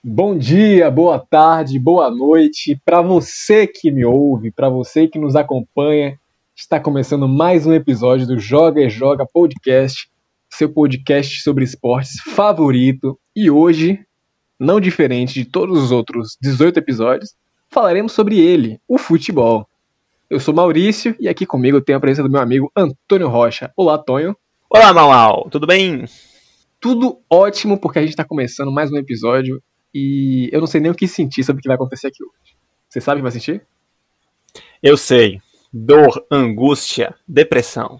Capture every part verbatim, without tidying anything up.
Bom dia, boa tarde, boa noite para você que me ouve, para você que nos acompanha. Está começando mais um episódio do Joga e Joga Podcast, seu podcast sobre esportes favorito. E hoje, não diferente de todos os outros dezoito episódios, falaremos sobre ele, o futebol. Eu sou Maurício e aqui comigo tenho a presença do meu amigo Antônio Rocha. Olá, Tonho. Olá, Mauau, tudo bem? Tudo ótimo porque a gente está começando mais um episódio e eu não sei nem o que sentir sobre o que vai acontecer aqui hoje. Você sabe o que vai sentir? Eu sei. Dor, angústia, depressão.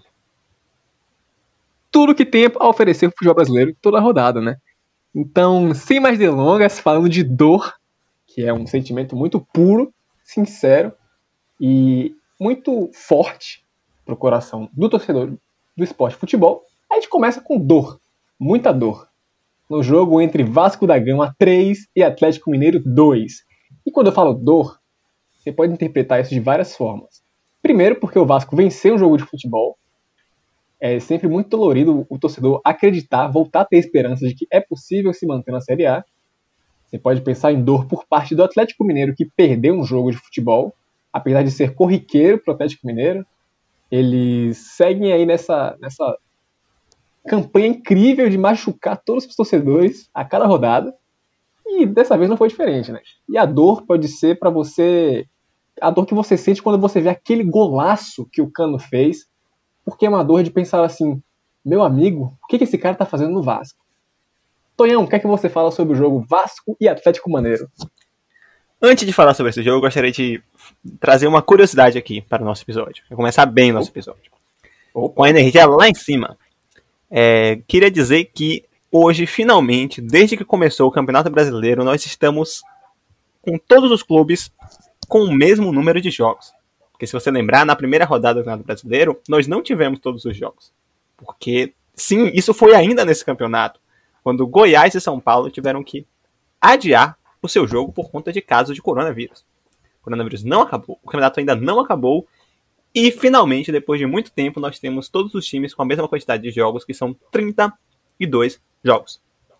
Tudo que tem a oferecer pro futebol brasileiro em toda a rodada, né? Então, sem mais delongas, falando de dor, que é um sentimento muito puro, sincero e muito forte pro coração do torcedor do esporte futebol, a gente começa com dor, muita dor. No jogo entre Vasco da Gama três e Atlético Mineiro dois. E quando eu falo dor, você pode interpretar isso de várias formas. Primeiro, porque o Vasco venceu um jogo de futebol. É sempre muito dolorido o torcedor acreditar, voltar a ter esperança de que é possível se manter na Série A. Você pode pensar em dor por parte do Atlético Mineiro, que perdeu um jogo de futebol, apesar de ser corriqueiro para o Atlético Mineiro. Eles seguem aí nessa, nessa campanha incrível de machucar todos os torcedores a cada rodada. E dessa vez não foi diferente, né? E a dor pode ser para você... A dor que você sente quando você vê aquele golaço que o Cano fez, porque é uma dor de pensar assim, meu amigo, o que esse cara tá fazendo no Vasco? Tonhão, o que é que você fala sobre o jogo Vasco e Atlético Mineiro? Antes de falar sobre esse jogo, eu gostaria de trazer uma curiosidade aqui para o nosso episódio. Vai começar bem o nosso episódio. Opa. Com a energia lá em cima. É, queria dizer que hoje, finalmente, desde que começou o Campeonato Brasileiro, nós estamos com todos os clubes com o mesmo número de jogos. Porque se você lembrar, na primeira rodada do Campeonato Brasileiro, nós não tivemos todos os jogos. Porque, sim, isso foi ainda nesse campeonato, quando Goiás e São Paulo tiveram que adiar o seu jogo por conta de casos de coronavírus. O coronavírus não acabou, o campeonato ainda não acabou, e finalmente, depois de muito tempo, nós temos todos os times com a mesma quantidade de jogos, que são trinta e dois jogos.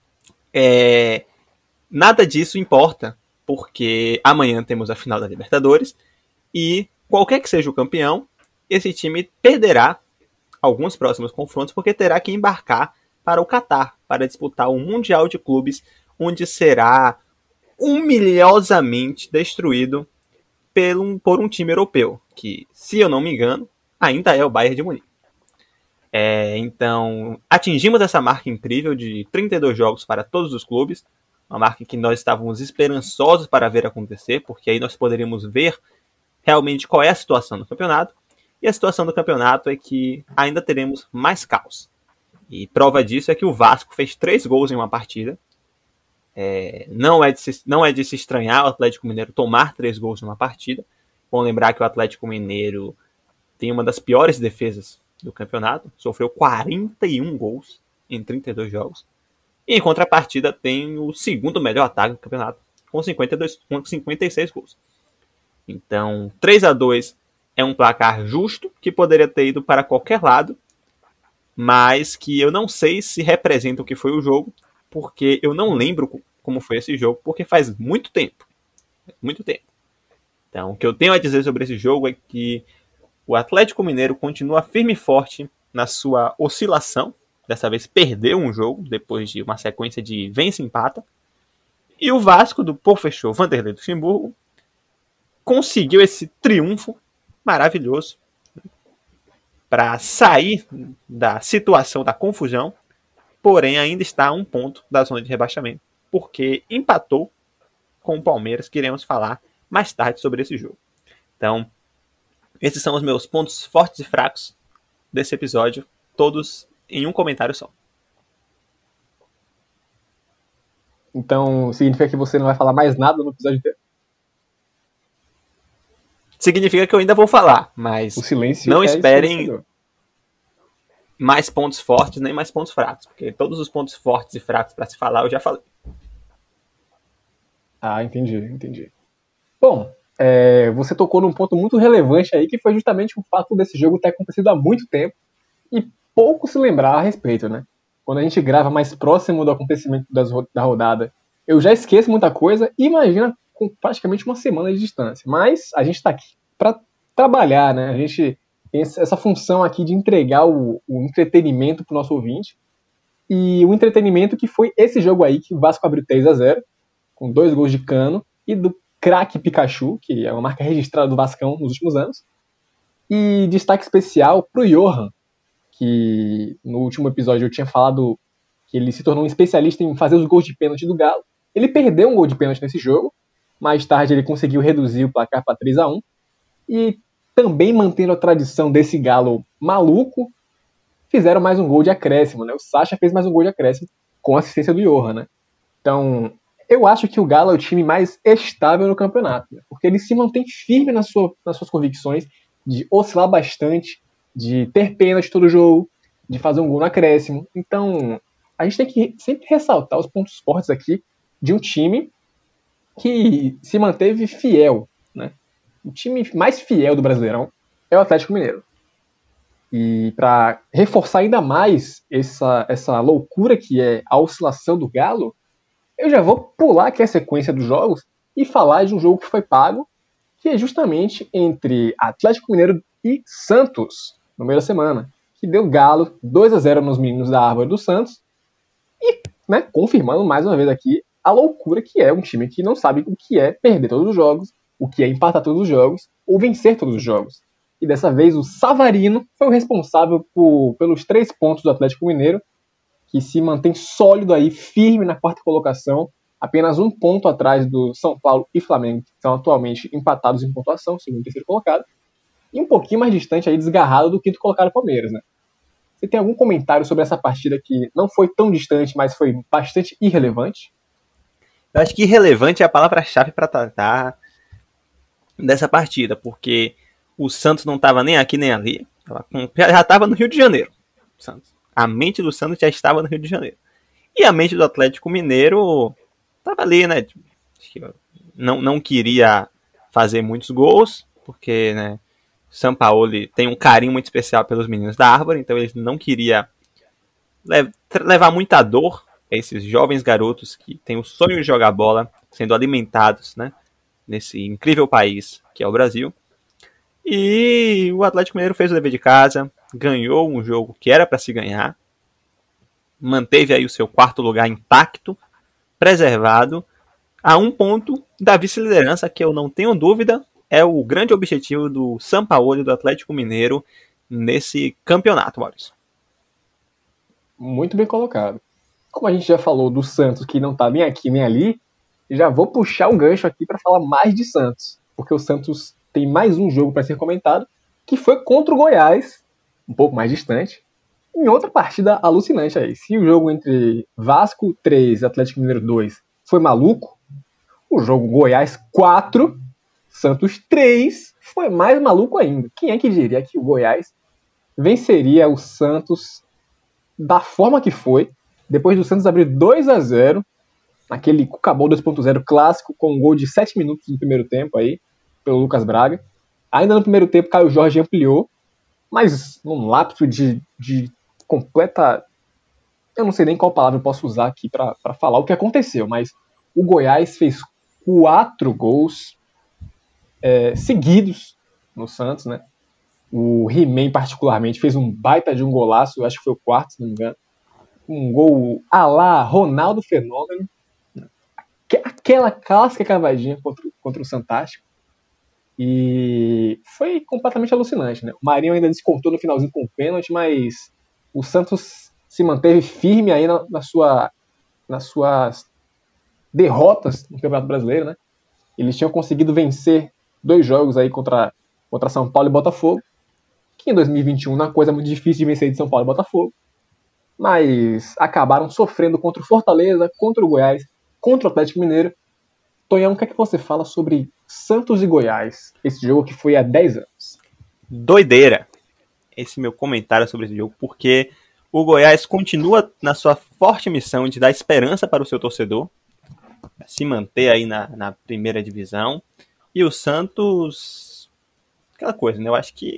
É... Nada disso importa, porque amanhã temos a final da Libertadores, e qualquer que seja o campeão, esse time perderá alguns próximos confrontos, porque terá que embarcar para o Catar, para disputar o Mundial de Clubes, onde será humilhosamente destruído pelo, por um time europeu, que, se eu não me engano, ainda é o Bayern de Munique. É, então, atingimos essa marca incrível de trinta e dois jogos para todos os clubes, uma marca que nós estávamos esperançosos para ver acontecer, porque aí nós poderíamos ver realmente qual é a situação do campeonato. E a situação do campeonato é que ainda teremos mais caos. E prova disso é que o Vasco fez três gols em uma partida. É, não, é de se, não é de se estranhar o Atlético Mineiro tomar três gols em uma partida. Bom lembrar que o Atlético Mineiro tem uma das piores defesas do campeonato. Sofreu quarenta e um gols em trinta e dois jogos. E em contrapartida tem o segundo melhor ataque do campeonato, com cinquenta e dois, com cinquenta e seis gols. Então, três a dois é um placar justo, que poderia ter ido para qualquer lado, mas que eu não sei se representa o que foi o jogo, porque eu não lembro como foi esse jogo, porque faz muito tempo. Muito tempo. Então, o que eu tenho a dizer sobre esse jogo é que o Atlético Mineiro continua firme e forte na sua oscilação. Dessa vez perdeu um jogo, depois de uma sequência de vence e empata. E o Vasco, do professor Vanderlei Luxemburgo, conseguiu esse triunfo maravilhoso para sair da situação da confusão, porém ainda está a um ponto da zona de rebaixamento, porque empatou com o Palmeiras, que iremos falar mais tarde sobre esse jogo. Então, esses são os meus pontos fortes e fracos desse episódio, todos em um comentário só. Então, significa que você não vai falar mais nada no episódio inteiro? Significa que eu ainda vou falar, mas o silêncio não é esperem mais pontos fortes nem mais pontos fracos, porque todos os pontos fortes e fracos para se falar eu já falei. Ah, entendi, entendi. Bom, é, você tocou num ponto muito relevante aí, que foi justamente o fato desse jogo ter acontecido há muito tempo e pouco se lembrar a respeito, né? Quando a gente grava mais próximo do acontecimento das, da rodada eu já esqueço muita coisa, imagina com praticamente uma semana de distância. Mas a gente está aqui para trabalhar, né? A gente tem essa função aqui de entregar o, o entretenimento para o nosso ouvinte. E o entretenimento que foi esse jogo aí, que o Vasco abriu três a zero, com dois gols de Cano e do craque Pikachu, que é uma marca registrada do Vascão nos últimos anos. E destaque especial pro Johan, que no último episódio eu tinha falado que ele se tornou um especialista em fazer os gols de pênalti do Galo. Ele perdeu um gol de pênalti nesse jogo, mais tarde ele conseguiu reduzir o placar para três a um, e também mantendo a tradição desse Galo maluco, fizeram mais um gol de acréscimo, né? O Sacha fez mais um gol de acréscimo com a assistência do Johan, né? Então, eu acho que o Galo é o time mais estável no campeonato, né? Porque ele se mantém firme na sua, nas suas convicções de oscilar bastante, de ter pênalti todo jogo, de fazer um gol no acréscimo. Então, a gente tem que sempre ressaltar os pontos fortes aqui de um time que se manteve fiel, né? O time mais fiel do Brasileirão é o Atlético Mineiro. E para reforçar ainda mais essa, essa loucura que é a oscilação do Galo, eu já vou pular aqui a sequência dos jogos e falar de um jogo que foi pago, que é justamente entre Atlético Mineiro e Santos, no meio da semana, que deu Galo dois a zero nos meninos da Árvore do Santos, e, né, confirmando mais uma vez aqui a loucura que é um time que não sabe o que é perder todos os jogos, o que é empatar todos os jogos, ou vencer todos os jogos. E dessa vez o Savarino foi o responsável por, pelos três pontos do Atlético Mineiro, que se mantém sólido aí, firme na quarta colocação, apenas um ponto atrás do São Paulo e Flamengo, que são atualmente empatados em pontuação, segundo e terceiro colocado, e um pouquinho mais distante, aí, desgarrado do quinto colocado Palmeiras, né? Você tem algum comentário sobre essa partida que não foi tão distante, mas foi bastante irrelevante? Eu acho que irrelevante é a palavra-chave para tratar dessa partida, porque o Santos não estava nem aqui nem ali, já estava no Rio de Janeiro. Santos. A mente do Santos já estava no Rio de Janeiro. E a mente do Atlético Mineiro estava ali, né? Não, não queria fazer muitos gols, porque, né, Sampaoli tem um carinho muito especial pelos meninos da Árvore, então ele não queria levar muita dor a esses jovens garotos que têm o sonho de jogar bola, sendo alimentados, né, nesse incrível país que é o Brasil. E o Atlético Mineiro fez o dever de casa, ganhou um jogo que era para se ganhar, manteve aí o seu quarto lugar intacto, preservado, a um ponto da vice-liderança, que eu não tenho dúvida é o grande objetivo do Sampaoli, do Atlético Mineiro, nesse campeonato, Maurício. Muito bem colocado. Como a gente já falou do Santos, que não tá nem aqui nem ali, já vou puxar o gancho aqui para falar mais de Santos, porque o Santos tem mais um jogo para ser comentado, que foi contra o Goiás, um pouco mais distante, em outra partida alucinante aí. Se o jogo entre Vasco três e Atlético Mineiro dois foi maluco, o jogo Goiás quatro, Santos três foi mais maluco ainda. Quem é que diria que o Goiás venceria o Santos da forma que foi, depois do Santos abrir dois a zero, naquele Cucabol dois ponto zero clássico, com um gol de sete minutos no primeiro tempo aí, pelo Lucas Braga. Ainda no primeiro tempo, Caio Jorge ampliou, mas num lapso de, de completa... Eu não sei nem qual palavra eu posso usar aqui para falar o que aconteceu, mas o Goiás fez quatro gols é, seguidos no Santos, né? O He-Man, particularmente, fez um baita de um golaço, eu acho que foi o quarto, se não me engano. Um gol à la Ronaldo Fenômeno. Aquela clássica cavadinha contra, contra o Santástico. E foi completamente alucinante, né? O Marinho ainda descontou no finalzinho com o pênalti, mas o Santos se manteve firme aí na, na sua, nas suas derrotas no Campeonato Brasileiro, né? Eles tinham conseguido vencer dois jogos aí contra, contra São Paulo e Botafogo, que em dois mil e vinte e um não é uma coisa muito difícil de vencer de São Paulo e Botafogo, mas acabaram sofrendo contra o Fortaleza, contra o Goiás, contra o Atlético Mineiro. Tonhão, o que é que você fala sobre Santos e Goiás, esse jogo que foi há dez anos? Doideira esse meu comentário sobre esse jogo, porque o Goiás continua na sua forte missão de dar esperança para o seu torcedor, se manter aí na, na primeira divisão, e o Santos, aquela coisa, né? Eu acho que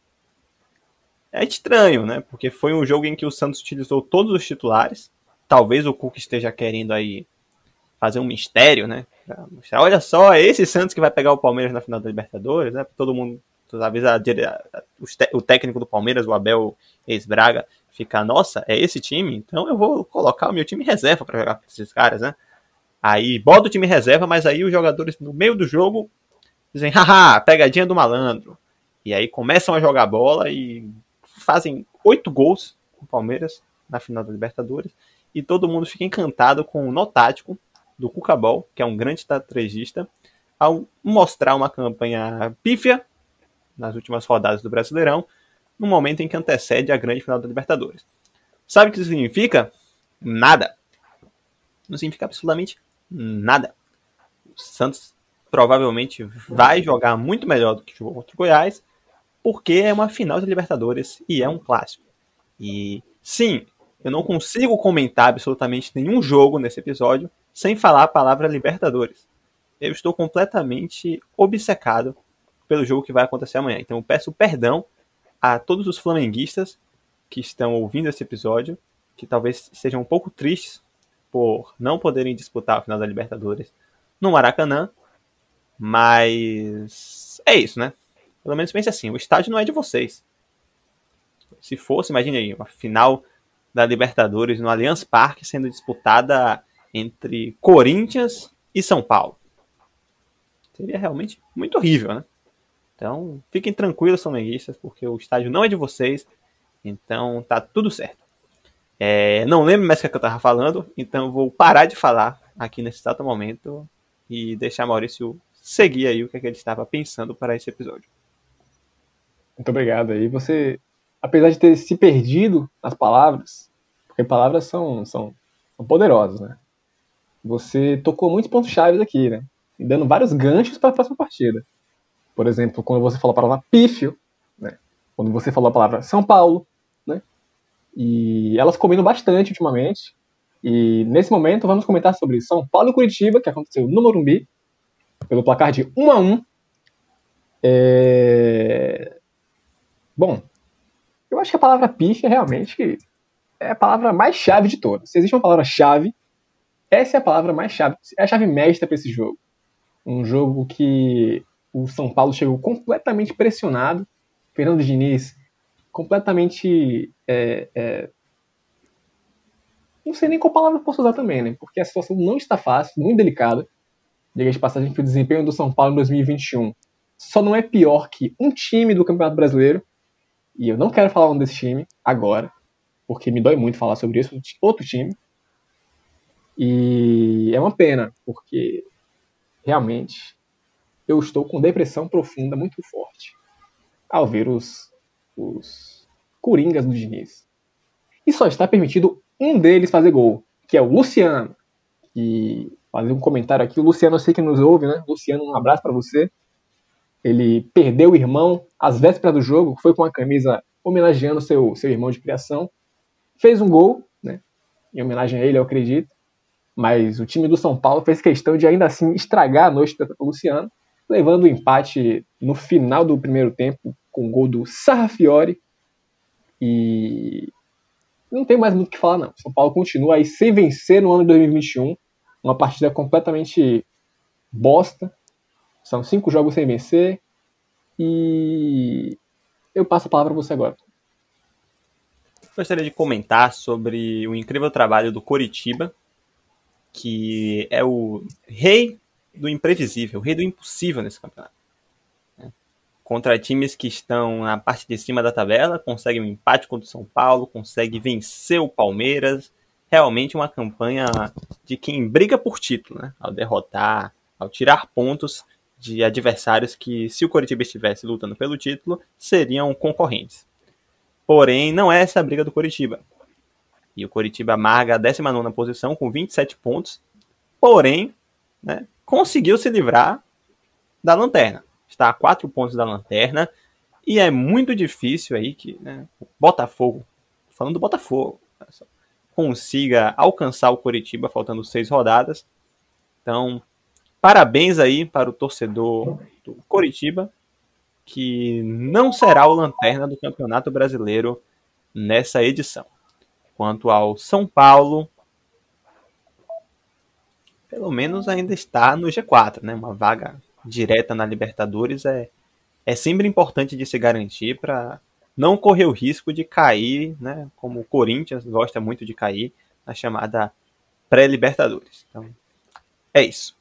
é estranho, né? Porque foi um jogo em que o Santos utilizou todos os titulares. Talvez o Cuca esteja querendo aí fazer um mistério, né? Pra mostrar, olha só, é esse Santos que vai pegar o Palmeiras na final da Libertadores, né? Todo mundo, às vezes, a, a, o técnico do Palmeiras, o Abel ex-Braga, fica, nossa, é esse time? Então eu vou colocar o meu time reserva para jogar com esses caras, né? Aí bota o time reserva, mas aí os jogadores no meio do jogo dizem, haha, pegadinha do malandro. E aí começam a jogar bola e fazem oito gols com o Palmeiras na final da Libertadores. E todo mundo fica encantado com o nó tático do Cucabol, que é um grande estrategista, ao mostrar uma campanha pífia nas últimas rodadas do Brasileirão, no momento em que antecede a grande final da Libertadores. Sabe o que isso significa? Nada. Não significa absolutamente nada. O Santos provavelmente vai jogar muito melhor do que jogou contra o Goiás, porque é uma final de Libertadores e é um clássico. E sim, eu não consigo comentar absolutamente nenhum jogo nesse episódio sem falar a palavra Libertadores. Eu estou completamente obcecado pelo jogo que vai acontecer amanhã. Então eu peço perdão a todos os flamenguistas que estão ouvindo esse episódio, que talvez sejam um pouco tristes por não poderem disputar a final da Libertadores no Maracanã, mas é isso, né? Pelo menos pense assim, o estádio não é de vocês. Se fosse, imagine aí, uma final da Libertadores no Allianz Parque sendo disputada entre Corinthians e São Paulo. Seria realmente muito horrível, né? Então, fiquem tranquilos, flamenguistas, porque o estádio não é de vocês, então tá tudo certo. É, não lembro mais o que eu tava falando, então vou parar de falar aqui nesse exato momento e deixar Maurício seguir aí o que, é que ele estava pensando para esse episódio. Muito obrigado aí. Você, apesar de ter se perdido nas palavras, porque palavras são, são, são poderosas, né? Você tocou muitos pontos chaves aqui, né? Dando vários ganchos para a próxima partida. Por exemplo, quando você falou a palavra pífio, né? Quando você falou a palavra São Paulo, né? E elas combinam bastante ultimamente. E nesse momento vamos comentar sobre São Paulo e Curitiba, que aconteceu no Morumbi, pelo placar de um a um. É... Bom, eu acho que a palavra pífia realmente é a palavra mais chave de todas. Se existe uma palavra-chave, essa é a palavra mais chave, é a chave mestra para esse jogo. Um jogo que o São Paulo chegou completamente pressionado, Fernando Diniz completamente... É, é... Não sei nem qual palavra eu posso usar também, né? Porque a situação não está fácil, muito delicada. Diga de passagem que o desempenho do São Paulo em dois mil e vinte e um só não é pior que um time do Campeonato Brasileiro. E eu não quero falar um desse time agora, porque me dói muito falar sobre isso, outro time. E é uma pena, porque realmente eu estou com depressão profunda muito forte ao ver os, os coringas do Diniz. E só está permitido um deles fazer gol, que é o Luciano. E fazer um comentário aqui, o Luciano eu sei que nos ouve, né? Luciano, um abraço para você. Ele perdeu o irmão às vésperas do jogo, foi com a camisa homenageando seu, seu irmão de criação. Fez um gol, né? Em homenagem a ele, eu acredito. Mas o time do São Paulo fez questão de ainda assim estragar a noite do Luciano, levando o empate no final do primeiro tempo com o gol do Sarrafiori. E não tem mais muito o que falar, não. São Paulo continua aí sem vencer no ano de dois mil e vinte e um. Uma partida completamente bosta. São cinco jogos sem vencer. E eu passo a palavra para você agora. Gostaria de comentar sobre o incrível trabalho do Coritiba, que é o rei do imprevisível, o rei do impossível nesse campeonato. Contra times que estão na parte de cima da tabela, consegue um empate contra o São Paulo, consegue vencer o Palmeiras. Realmente uma campanha de quem briga por título, né? Ao derrotar, ao tirar pontos de adversários que, se o Coritiba estivesse lutando pelo título, seriam concorrentes. Porém, não é essa a briga do Coritiba. E o Coritiba amarga a décima nona posição com vinte e sete pontos. Porém, né, conseguiu se livrar da lanterna. Está a quatro pontos da lanterna. E é muito difícil aí que, né, o Botafogo, falando do Botafogo, consiga alcançar o Coritiba faltando seis rodadas. Então, parabéns aí para o torcedor do Coritiba, que não será o lanterna do Campeonato Brasileiro nessa edição. Quanto ao São Paulo, pelo menos ainda está no G quatro, né? Uma vaga direta na Libertadores é, é sempre importante de se garantir para não correr o risco de cair, né? Como o Corinthians gosta muito de cair, na chamada pré-Libertadores. Então, é isso.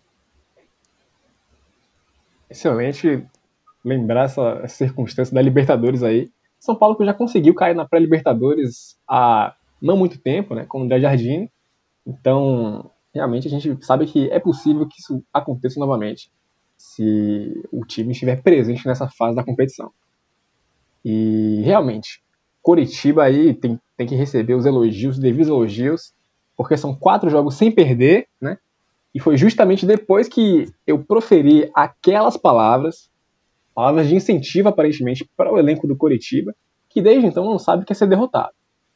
Excelente lembrar essa, essa circunstância da Libertadores aí. São Paulo que já conseguiu cair na pré-Libertadores há não muito tempo, né? Com o André Jardine. Então, realmente a gente sabe que é possível que isso aconteça novamente se o time estiver presente nessa fase da competição. E realmente, Coritiba aí tem, tem que receber os elogios, os devidos elogios, porque são quatro jogos sem perder, né? E foi justamente depois que eu proferi aquelas palavras, palavras de incentivo aparentemente para o elenco do Coritiba, que desde então não sabe o que é ser derrotado.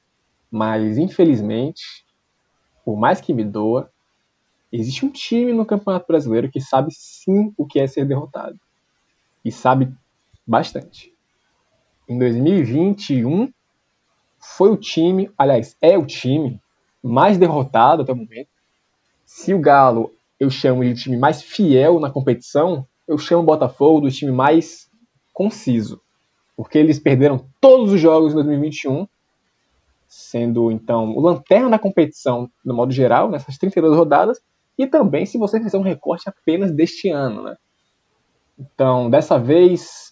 Mas, infelizmente, por mais que me doa, existe um time no Campeonato Brasileiro que sabe sim o que é ser derrotado. E sabe bastante. Em dois mil e vinte e um, foi o time, aliás, é o time mais derrotado até o momento. Se o Galo eu chamo de time mais fiel na competição, eu chamo o Botafogo do time mais conciso. Porque eles perderam todos os jogos em dois mil e vinte e um, sendo então o lanterna da competição no modo geral, nessas trinta e duas rodadas, e também se você fizer um recorte apenas deste ano, né? Então, dessa vez,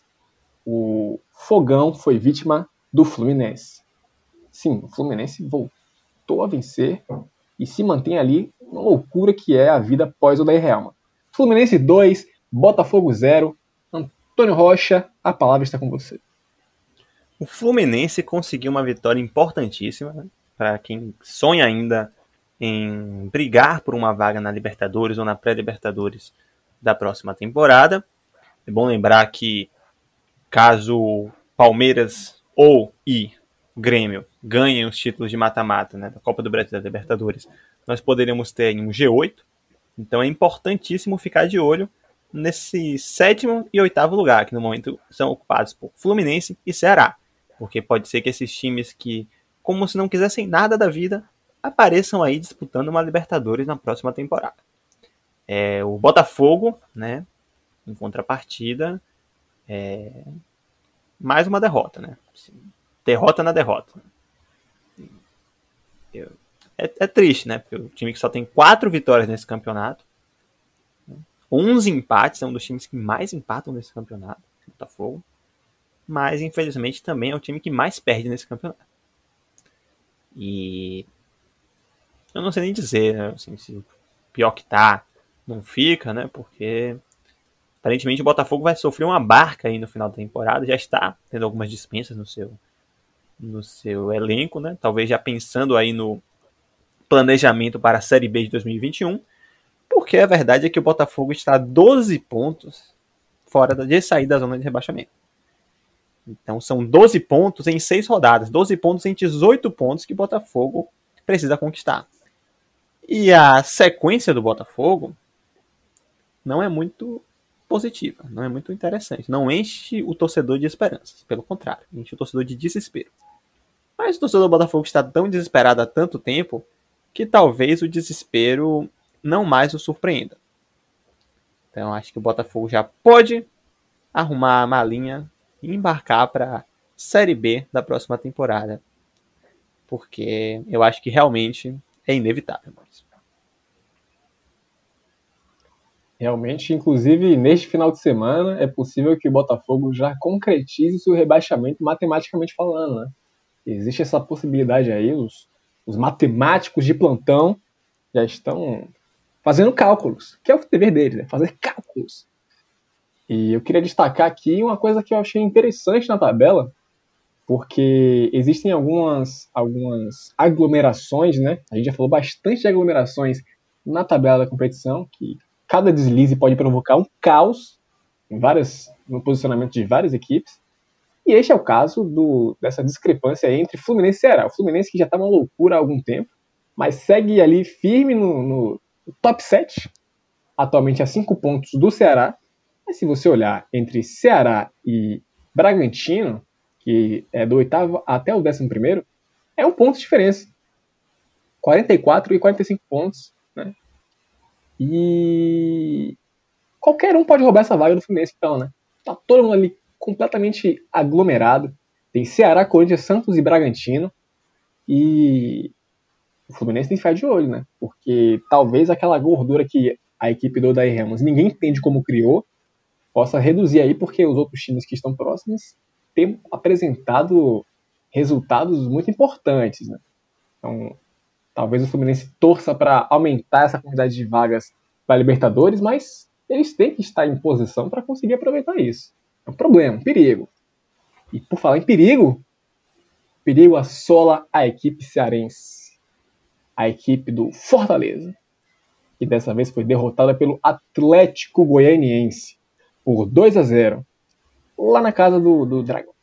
o Fogão foi vítima do Fluminense. Sim, o Fluminense voltou a vencer e se mantém ali uma loucura que é a vida após o Odair Helma. Fluminense dois, Botafogo zero. Antônio Rocha, a palavra está com você. O Fluminense conseguiu uma vitória importantíssima, né? Para quem sonha ainda em brigar por uma vaga na Libertadores ou na pré-Libertadores da próxima temporada. É bom lembrar que caso Palmeiras ou e Grêmio ganhem os títulos de mata-mata, né, da Copa do Brasil e da Libertadores, nós poderíamos ter um G oito. Então é importantíssimo ficar de olho nesse sétimo e oitavo lugar, que no momento são ocupados por Fluminense e Ceará. Porque pode ser que esses times que, como se não quisessem nada da vida, apareçam aí disputando uma Libertadores na próxima temporada. É, o Botafogo, né, em contrapartida, é mais uma derrota, né? Derrota na derrota. É, é triste, né? Porque o time que só tem quatro vitórias nesse campeonato, onze empates, é um dos times que mais empatam nesse campeonato, o Botafogo. Mas, infelizmente, também é o time que mais perde nesse campeonato. E eu não sei nem dizer, né? Assim, se pior que tá, não fica, né? Porque aparentemente o Botafogo vai sofrer uma barca aí no final da temporada. Já está tendo algumas dispensas no seu, no seu elenco, né? Talvez já pensando aí no planejamento para a Série B de dois mil e vinte e um. Porque a verdade é que o Botafogo está a doze pontos fora de sair da zona de rebaixamento. Então são doze pontos em seis rodadas. doze pontos em dezoito pontos que o Botafogo precisa conquistar. E a sequência do Botafogo não é muito positiva, não é muito interessante. Não enche o torcedor de esperanças. Pelo contrário, enche o torcedor de desespero. Mas o torcedor do Botafogo está tão desesperado há tanto tempo que talvez o desespero não mais o surpreenda. Então acho que o Botafogo já pode arrumar a malinha e embarcar para a Série B da próxima temporada. Porque eu acho que realmente é inevitável. Realmente, inclusive, neste final de semana, é possível que o Botafogo já concretize seu rebaixamento matematicamente falando, né? Existe essa possibilidade aí, os, os matemáticos de plantão já estão fazendo cálculos, que é o dever deles, né? Fazer cálculos. E eu queria destacar aqui uma coisa que eu achei interessante na tabela, porque existem algumas, algumas aglomerações, né? A gente já falou bastante de aglomerações na tabela da competição, que cada deslize pode provocar um caos em várias, no posicionamento de várias equipes. E este é o caso do, dessa discrepância entre Fluminense e Ceará. O Fluminense que já está uma loucura há algum tempo, mas segue ali firme no, no, no top sete, atualmente a cinco pontos do Ceará. Mas se você olhar entre Ceará e Bragantino, que é do oitavo até o décimo primeiro, é um ponto de diferença. quarenta e quatro e quarenta e cinco pontos, né? E qualquer um pode roubar essa vaga do Fluminense, então, né? Tá todo mundo ali completamente aglomerado. Tem Ceará, Corinthians, Santos e Bragantino. E o Fluminense tem que ficar de olho, né? Porque talvez aquela gordura que a equipe do Odair Ramos ninguém entende como criou, possa reduzir aí, porque os outros times que estão próximos têm apresentado resultados muito importantes, né? Então, talvez o Fluminense torça para aumentar essa quantidade de vagas para a Libertadores, mas eles têm que estar em posição para conseguir aproveitar isso. É um problema, um perigo. E por falar em perigo, perigo assola a equipe cearense, a equipe do Fortaleza, que dessa vez foi derrotada pelo Atlético Goianiense por dois a zero, lá na casa do, do Dragão.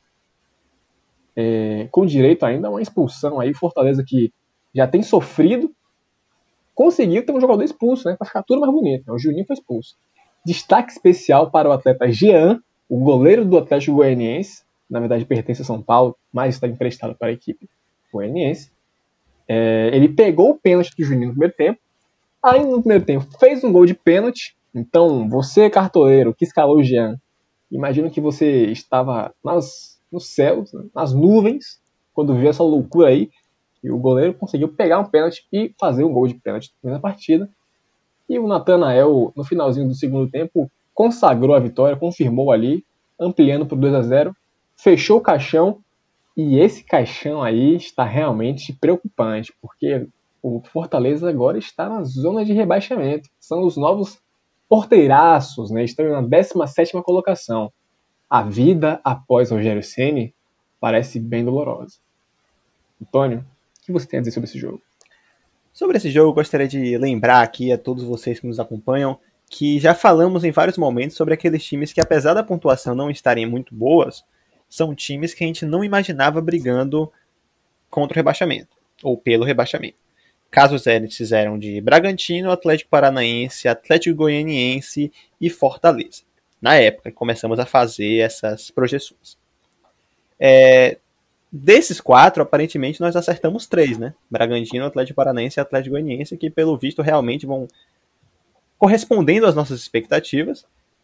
É, com direito ainda a uma expulsão aí, Fortaleza que já tem sofrido, conseguiu ter um jogador expulso, né, para ficar tudo mais bonito. O Juninho foi expulso. Destaque especial para o atleta Jean, o goleiro do Atlético Goianiense, na verdade pertence a São Paulo, mas está emprestado para a equipe goianiense. É, ele pegou o pênalti do Juninho no primeiro tempo, aí no primeiro tempo fez um gol de pênalti. Então, você, cartoleiro, que escalou o Jean, imagino que você estava nas, nos céus, né, nas nuvens, quando viu essa loucura aí, e o goleiro conseguiu pegar um pênalti e fazer um gol de pênalti na partida. E o Natanael, no finalzinho do segundo tempo, consagrou a vitória, confirmou ali, ampliando para o dois a zero, fechou o caixão, e esse caixão aí está realmente preocupante, porque o Fortaleza agora está na zona de rebaixamento. São os novos porteiraços, né? Estão na décima sétima colocação. A vida após Rogério Ceni parece bem dolorosa. Antônio, o que você tem a dizer sobre esse jogo? Sobre esse jogo, eu gostaria de lembrar aqui a todos vocês que nos acompanham que já falamos em vários momentos sobre aqueles times que, apesar da pontuação não estarem muito boas, são times que a gente não imaginava brigando contra o rebaixamento, ou pelo rebaixamento. Casos esses eram de Bragantino, Atlético Paranaense, Atlético Goianiense e Fortaleza. Na época que começamos a fazer essas projeções. É, desses quatro, aparentemente, nós acertamos três, né? Bragantino, Atlético Paranaense e Atlético Goianiense, que pelo visto realmente vão correspondendo às nossas expectativas.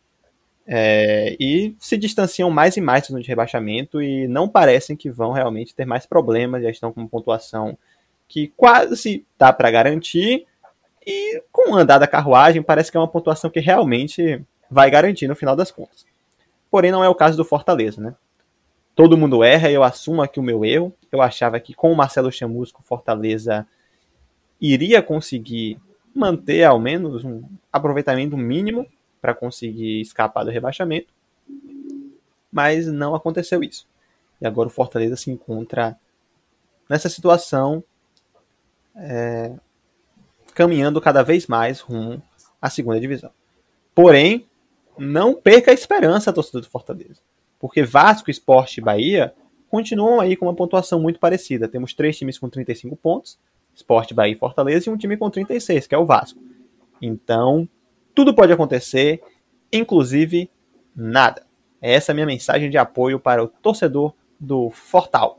É, e se distanciam mais e mais do zona de rebaixamento e não parecem que vão realmente ter mais problemas, já estão com uma pontuação que quase dá para garantir, e com o andar da carruagem parece que é uma pontuação que realmente vai garantir no final das contas. Porém não é o caso do Fortaleza, né? Todo mundo erra e eu assumo aqui o meu erro. Eu achava que com o Marcelo Chamusco o Fortaleza iria conseguir manter ao menos um aproveitamento mínimo para conseguir escapar do rebaixamento, mas não aconteceu isso. E agora o Fortaleza se encontra nessa situação, é, caminhando cada vez mais rumo à segunda divisão. Porém, não perca a esperança, torcedor do Fortaleza, porque Vasco, Sport e Bahia continuam aí com uma pontuação muito parecida. Temos três times com trinta e cinco pontos, Sport, Bahia e Fortaleza, e um time com trinta e seis, que é o Vasco. Então, tudo pode acontecer, inclusive nada. Essa é a minha mensagem de apoio para o torcedor do Fortal.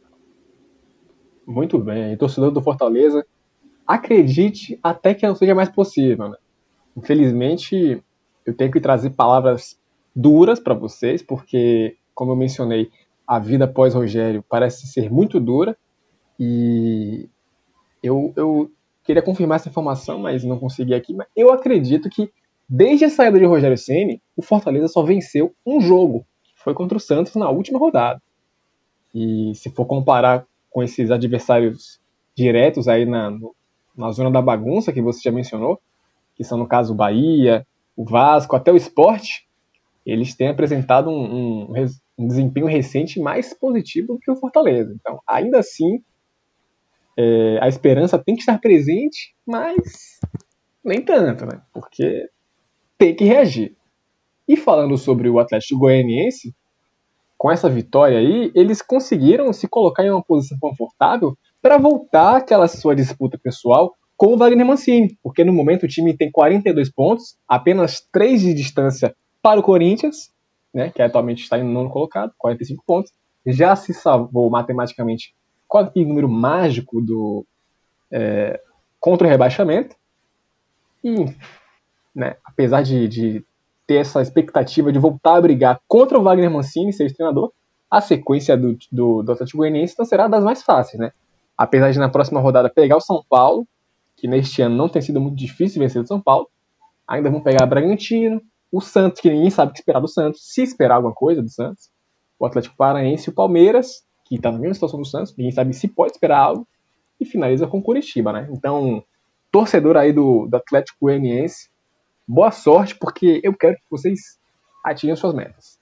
Muito bem, torcedor do Fortaleza, acredite até que não seja mais possível, né? Infelizmente, eu tenho que trazer palavras duras para vocês, porque, como eu mencionei, a vida após Rogério parece ser muito dura, e eu, eu queria confirmar essa informação, mas não consegui aqui, mas eu acredito que desde a saída de Rogério Ceni, o Fortaleza só venceu um jogo, que foi contra o Santos na última rodada. E se for comparar com esses adversários diretos aí na, na zona da bagunça que você já mencionou, que são no caso o Bahia, o Vasco, até o Sport, eles têm apresentado um, um, um desempenho recente mais positivo do que o Fortaleza. Então, ainda assim, é, a esperança tem que estar presente, mas nem tanto, né? Porque tem que reagir. E falando sobre o Atlético Goianiense, com essa vitória aí, eles conseguiram se colocar em uma posição confortável para voltar àquela sua disputa pessoal com o Wagner Mancini, porque no momento o time tem quarenta e dois pontos, apenas três de distância para o Corinthians, né, que atualmente está em nono colocado, quarenta e cinco pontos, já se salvou matematicamente com aquele número mágico do, é, contra o rebaixamento, E, né, apesar de, de ter essa expectativa de voltar a brigar contra o Wagner Mancini, ser treinador, a sequência do, do, do Atlético Goianiense não será das mais fáceis, né? Apesar de na próxima rodada pegar o São Paulo, que neste ano não tem sido muito difícil vencer o São Paulo, ainda vão pegar o Bragantino, o Santos, que ninguém sabe o que esperar do Santos, se esperar alguma coisa do Santos, o Atlético Paranaense e o Palmeiras, que está na mesma situação do Santos, ninguém sabe se pode esperar algo, e finaliza com o Curitiba, né? Então, torcedor aí do, do Atlético Goianiense, boa sorte, porque eu quero que vocês atinjam suas metas.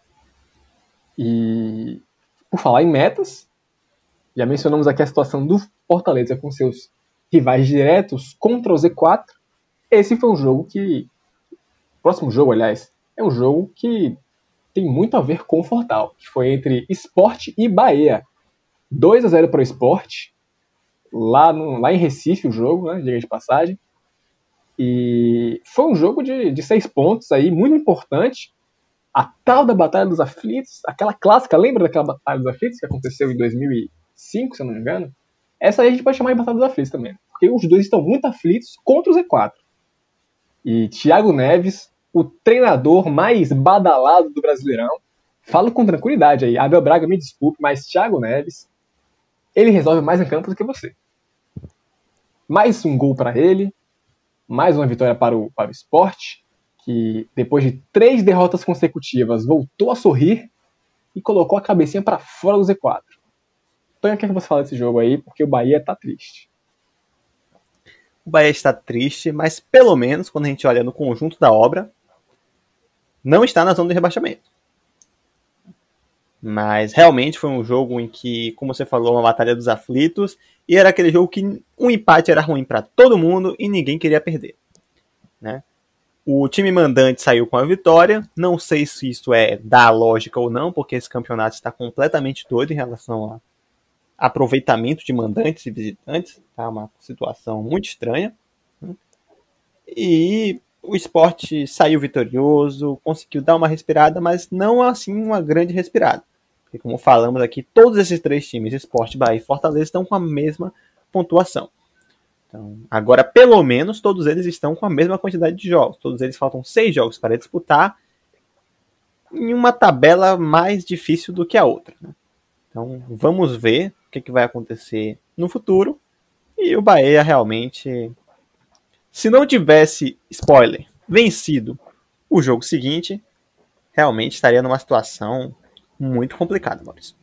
E, por falar em metas, já mencionamos aqui a situação do Fortaleza com seus rivais diretos contra o Z quatro. Esse foi um jogo que... O próximo jogo, aliás, é um jogo que tem muito a ver com o Fortal, que foi entre Sport e Bahia. dois a zero para o Sport, lá, no, lá em Recife o jogo, né, diga de passagem. E foi um jogo de, de seis pontos aí, muito importante. A tal da Batalha dos Aflitos, aquela clássica, lembra daquela Batalha dos Aflitos que aconteceu em dois mil e cinco, se eu não me engano? Essa aí a gente pode chamar de Batalha dos Aflitos também, porque os dois estão muito aflitos contra o Z quatro. E Thiago Neves, o treinador mais badalado do Brasileirão, falo com tranquilidade aí, Abel Braga, me desculpe, mas Thiago Neves, ele resolve mais em campo do que você. Mais um gol para ele, mais uma vitória para o, para o Sport, que depois de três derrotas consecutivas voltou a sorrir e colocou a cabecinha para fora do Z quatro. Então eu quero que você fale desse jogo aí, porque o Bahia tá triste. O Bahia está triste, mas pelo menos, quando a gente olha no conjunto da obra, não está na zona de rebaixamento. Mas realmente foi um jogo em que, como você falou, uma batalha dos aflitos, e era aquele jogo que um empate era ruim para todo mundo e ninguém queria perder, né? O time mandante saiu com a vitória. Não sei se isso é da lógica ou não, porque esse campeonato está completamente doido em relação a aproveitamento de mandantes e visitantes. Tá uma situação muito estranha. E o Sport saiu vitorioso, conseguiu dar uma respirada, mas não assim uma grande respirada. Porque, como falamos aqui, todos esses três times, Sport, Bahia e Fortaleza, estão com a mesma pontuação. Então, agora, pelo menos, todos eles estão com a mesma quantidade de jogos. Todos eles faltam seis jogos para disputar em uma tabela mais difícil do que a outra, né? Então, vamos ver o que, que vai acontecer no futuro. E o Bahia realmente, se não tivesse, spoiler, vencido o jogo seguinte, realmente estaria numa situação muito complicada, Maurício.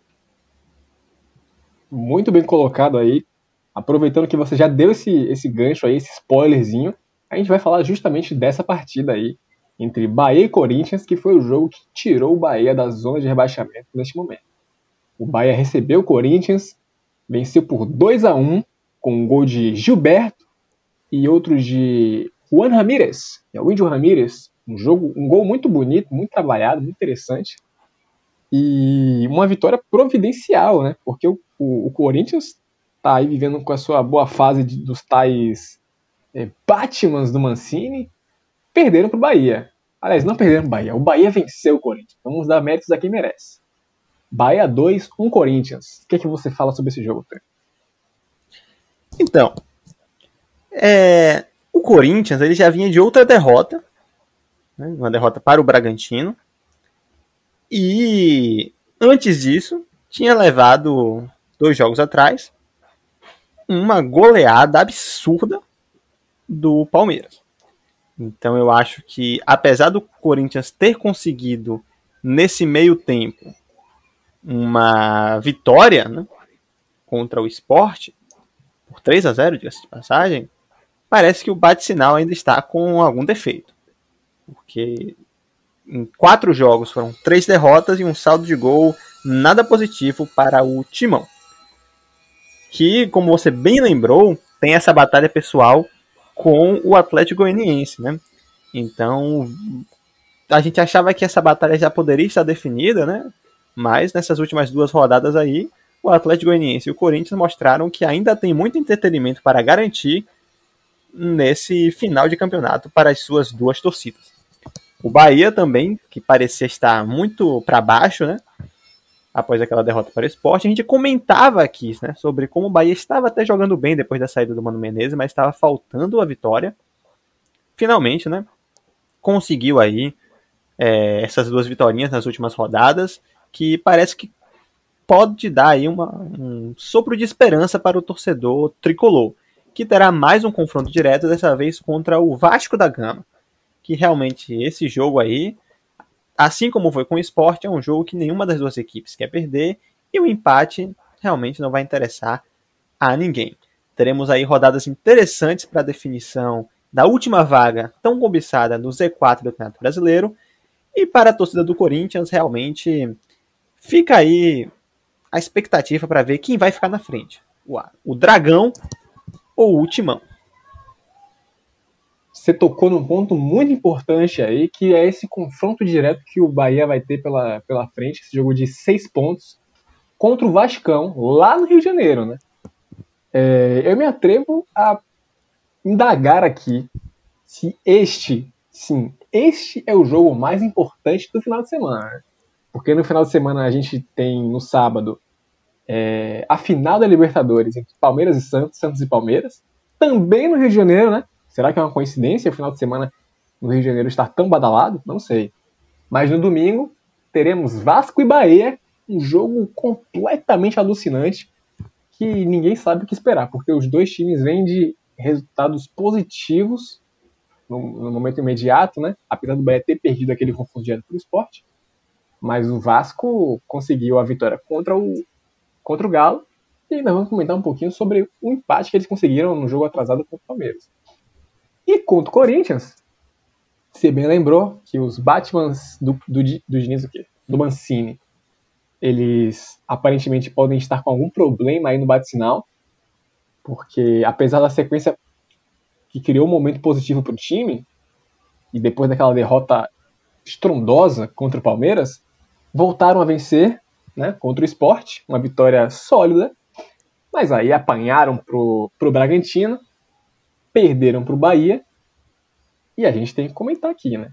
Muito bem colocado aí. Aproveitando que você já deu esse, esse gancho aí, esse spoilerzinho, a gente vai falar justamente dessa partida aí, entre Bahia e Corinthians, que foi o jogo que tirou o Bahia da zona de rebaixamento neste momento. O Bahia recebeu o Corinthians, venceu por dois a um, com um gol de Gilberto e outro de Juan Ramírez, é o Índio Ramírez, um, jogo, um gol muito bonito, muito trabalhado, muito interessante, e uma vitória providencial, né? Porque o, o, o Corinthians tá aí vivendo com a sua boa fase de, dos tais é, Batmans do Mancini, perderam pro Bahia. Aliás, não perderam pro Bahia, o Bahia venceu o Corinthians. Vamos dar méritos a quem merece. Bahia dois, um Corinthians. O que, é que você fala sobre esse jogo, Pedro? Então, é, o Corinthians ele já vinha de outra derrota, né, uma derrota para o Bragantino, e antes disso tinha levado dois jogos atrás uma goleada absurda do Palmeiras. Então eu acho que, apesar do Corinthians ter conseguido nesse meio tempo uma vitória, né, contra o Sport por três a zero, diga-se de passagem, parece que o bate-sinal ainda está com algum defeito. Porque em quatro jogos foram três derrotas e um saldo de gol nada positivo para o Timão. Que, como você bem lembrou, tem essa batalha pessoal com o Atlético Goianiense, né? Então, a gente achava que essa batalha já poderia estar definida, né? Mas nessas últimas duas rodadas aí, o Atlético Goianiense e o Corinthians mostraram que ainda tem muito entretenimento para garantir nesse final de campeonato para as suas duas torcidas. O Bahia também, que parecia estar muito para baixo, né? Após aquela derrota para o Sport, a gente comentava aqui, né, sobre como o Bahia estava até jogando bem depois da saída do Mano Menezes, mas estava faltando a vitória. finalmente, né, conseguiu aí é, essas duas vitórias nas últimas rodadas, que parece que pode dar aí uma, um sopro de esperança para o torcedor tricolor, que terá mais um confronto direto, dessa vez contra o Vasco da Gama, que realmente esse jogo aí, assim como foi com o Sport, é um jogo que nenhuma das duas equipes quer perder, e o empate realmente não vai interessar a ninguém. Teremos aí rodadas interessantes para a definição da última vaga tão cobiçada no Z quatro do Campeonato Brasileiro, e para a torcida do Corinthians realmente fica aí a expectativa para ver quem vai ficar na frente, o, o Dragão ou o Timão. Você tocou num ponto muito importante aí, que é esse confronto direto que o Bahia vai ter pela, pela frente, esse jogo de seis pontos, contra o Vascão, lá no Rio de Janeiro, né? É, eu me atrevo a indagar aqui se este, sim, este é o jogo mais importante do final de semana, né? Porque no final de semana a gente tem, no sábado, é, a final da Libertadores entre Palmeiras e Santos, Santos e Palmeiras, também no Rio de Janeiro, né? Será que é uma coincidência o final de semana no Rio de Janeiro estar tão badalado? Não sei. Mas no domingo teremos Vasco e Bahia, um jogo completamente alucinante que ninguém sabe o que esperar, porque os dois times vêm de resultados positivos no, no momento imediato, né? Apesar do Bahia ter perdido aquele confronto direto para o Sport, mas o Vasco conseguiu a vitória contra o, contra o Galo, e ainda vamos comentar um pouquinho sobre o empate que eles conseguiram no jogo atrasado contra o Palmeiras. E contra o Corinthians, você bem lembrou que os Batmans do, do, do Diniz, o quê? Do Mancini, eles aparentemente podem estar com algum problema aí no bate-sinal, porque apesar da sequência que criou um momento positivo para o time, e depois daquela derrota estrondosa contra o Palmeiras, voltaram a vencer, né, contra o Sport, uma vitória sólida, mas aí apanharam pro, pro Bragantino, perderam pro Bahia, e a gente tem que comentar aqui, né?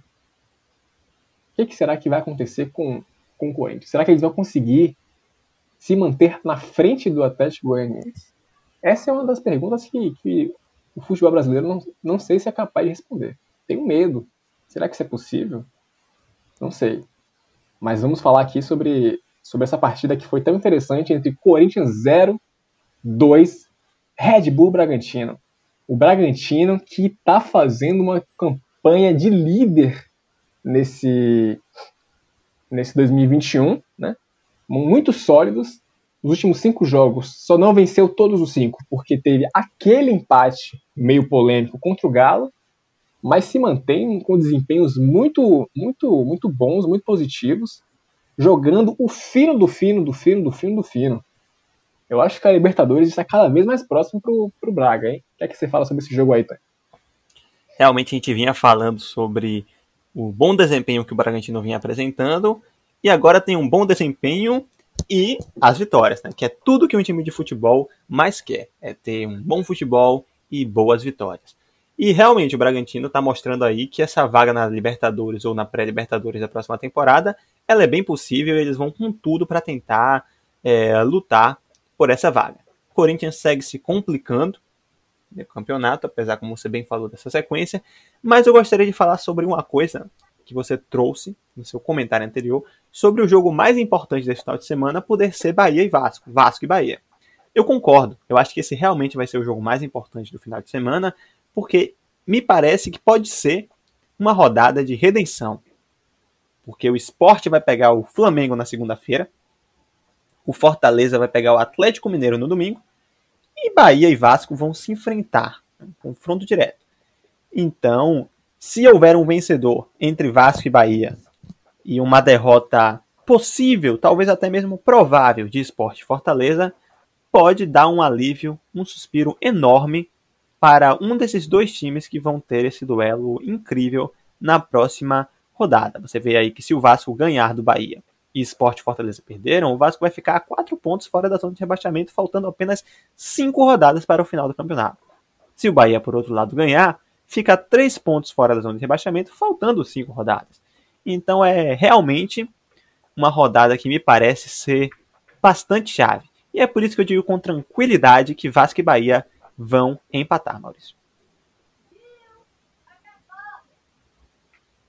O que, que será que vai acontecer com, com o Corinthians? Será que eles vão conseguir se manter na frente do Atlético Goianiense? Essa é uma das perguntas que, que o futebol brasileiro não, não sei se é capaz de responder. Tenho medo. Será que isso é possível? Não sei. Mas vamos falar aqui sobre, sobre essa partida que foi tão interessante entre Corinthians zero, dois, Red Bull Bragantino. O Bragantino que está fazendo uma campanha de líder nesse, nesse dois mil e vinte e um, né? Muito sólidos. Nos últimos cinco jogos, só não venceu todos os cinco, porque teve aquele empate meio polêmico contra o Galo, mas se mantém com desempenhos muito, muito, muito bons, muito positivos, jogando o fino do fino, do fino, do fino, do fino. Eu acho que a Libertadores está cada vez mais próximo pro, pro Braga, hein? O que é que você fala sobre esse jogo aí, Tânia? Realmente a gente vinha falando sobre o bom desempenho que o Bragantino vinha apresentando, e agora tem um bom desempenho e as vitórias, né? Que é tudo que um time de futebol mais quer, é ter um bom futebol e boas vitórias. E realmente o Bragantino está mostrando aí que essa vaga na Libertadores ou na pré-Libertadores da próxima temporada, ela é bem possível, eles vão com tudo para tentar é, lutar por essa vaga. O Corinthians segue se complicando no campeonato, apesar, como você bem falou, dessa sequência, mas eu gostaria de falar sobre uma coisa que você trouxe no seu comentário anterior, sobre o jogo mais importante desse final de semana poder ser Bahia e Vasco, Vasco e Bahia. Eu concordo, eu acho que esse realmente vai ser o jogo mais importante do final de semana, porque me parece que pode ser uma rodada de redenção. Porque o Sport vai pegar o Flamengo na segunda-feira, o Fortaleza vai pegar o Atlético Mineiro no domingo, e Bahia e Vasco vão se enfrentar, um confronto direto. Então, se houver um vencedor entre Vasco e Bahia, e uma derrota possível, talvez até mesmo provável, de Sport e Fortaleza, pode dar um alívio, um suspiro enorme para um desses dois times que vão ter esse duelo incrível na próxima rodada. Você vê aí que se o Vasco ganhar do Bahia e Sport e Fortaleza perderam, o Vasco vai ficar a quatro pontos fora da zona de rebaixamento, faltando apenas cinco rodadas para o final do campeonato. Se o Bahia, por outro lado, ganhar, fica a três pontos fora da zona de rebaixamento, faltando cinco rodadas. Então é realmente uma rodada que me parece ser bastante chave. E é por isso que eu digo com tranquilidade que Vasco e Bahia vão empatar, Maurício.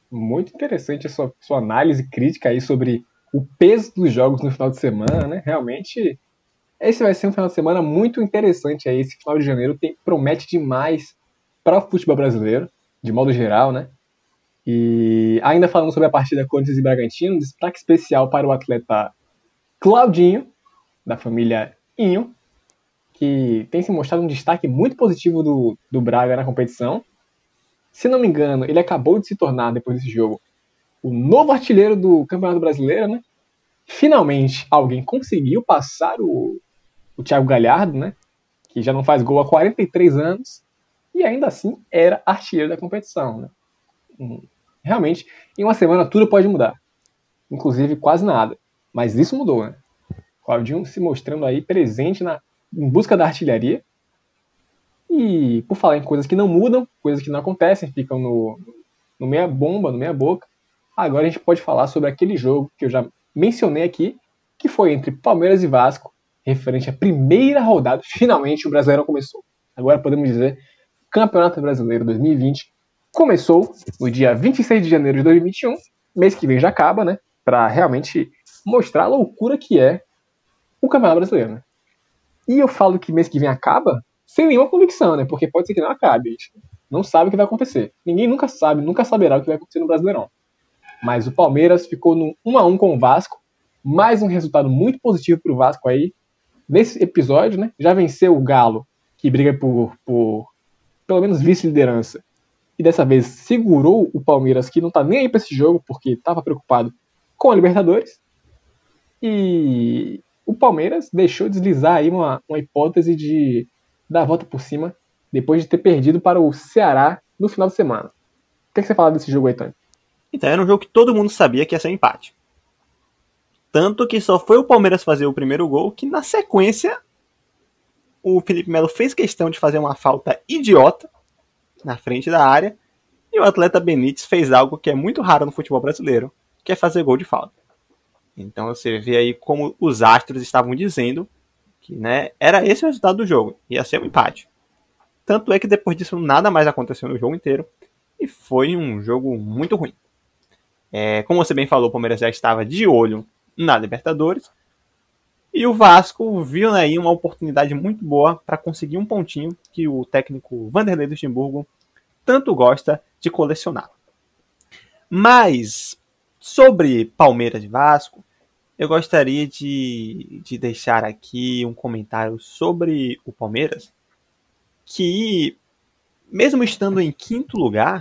Muito interessante a sua, sua análise crítica aí sobre o peso dos jogos no final de semana, né? Realmente, esse vai ser um final de semana muito interessante aí. Esse final de janeiro tem, promete demais para o futebol brasileiro, de modo geral, né? E ainda falando sobre a partida Corinthians e Bragantino, destaque especial para o atleta Claudinho, da família Inho, que tem se mostrado um destaque muito positivo do, do Braga na competição. Se não me engano, ele acabou de se tornar, depois desse jogo, o novo artilheiro do Campeonato Brasileiro, né? Finalmente, alguém conseguiu passar o, o Thiago Galhardo, né? Que já não faz gol há quarenta e três anos, e ainda assim era artilheiro da competição, né? Realmente, em uma semana tudo pode mudar. Inclusive quase nada. Mas isso mudou, né? Claudinho se mostrando aí presente na, em busca da artilharia. E por falar em coisas que não mudam, coisas que não acontecem, ficam no, no meia bomba, no meia boca, agora a gente pode falar sobre aquele jogo que eu já mencionei aqui, que foi entre Palmeiras e Vasco, referente à primeira rodada. Finalmente o Brasileirão começou. Agora podemos dizer, Campeonato Brasileiro dois mil e vinte começou no dia vinte e seis de janeiro de dois mil e vinte e um, mês que vem já acaba, né? Para realmente mostrar a loucura que é o Campeonato Brasileiro, né? E eu falo que mês que vem acaba sem nenhuma convicção, né? Porque pode ser que não acabe. A gente não sabe o que vai acontecer. Ninguém nunca sabe, nunca saberá o que vai acontecer no Brasileirão. Mas o Palmeiras ficou no um a um com o Vasco. Mais um resultado muito positivo para o Vasco aí. Nesse episódio, né? Já venceu o Galo, que briga por, por pelo menos vice-liderança. E dessa vez segurou o Palmeiras, que não tá nem aí para esse jogo, porque estava preocupado com a Libertadores. E o Palmeiras deixou deslizar aí uma, uma hipótese de dar a volta por cima, depois de ter perdido para o Ceará no final de semana. O que, é que você fala desse jogo aí, Tony? Então, era um jogo que todo mundo sabia que ia ser um empate. Tanto que só foi o Palmeiras fazer o primeiro gol, que na sequência o Felipe Melo fez questão de fazer uma falta idiota na frente da área, e o atleta Benítez fez algo que é muito raro no futebol brasileiro, que é fazer gol de falta. Então você vê aí como os astros estavam dizendo que, né, era esse o resultado do jogo, ia ser um empate. Tanto é que depois disso nada mais aconteceu no jogo inteiro, e foi um jogo muito ruim. É, como você bem falou, o Palmeiras já estava de olho na Libertadores, e o Vasco viu aí uma oportunidade muito boa para conseguir um pontinho que o técnico Vanderlei Luxemburgo tanto gosta de colecionar. Mas, sobre Palmeiras e Vasco, eu gostaria de, de deixar aqui um comentário sobre o Palmeiras, que, mesmo estando em quinto lugar,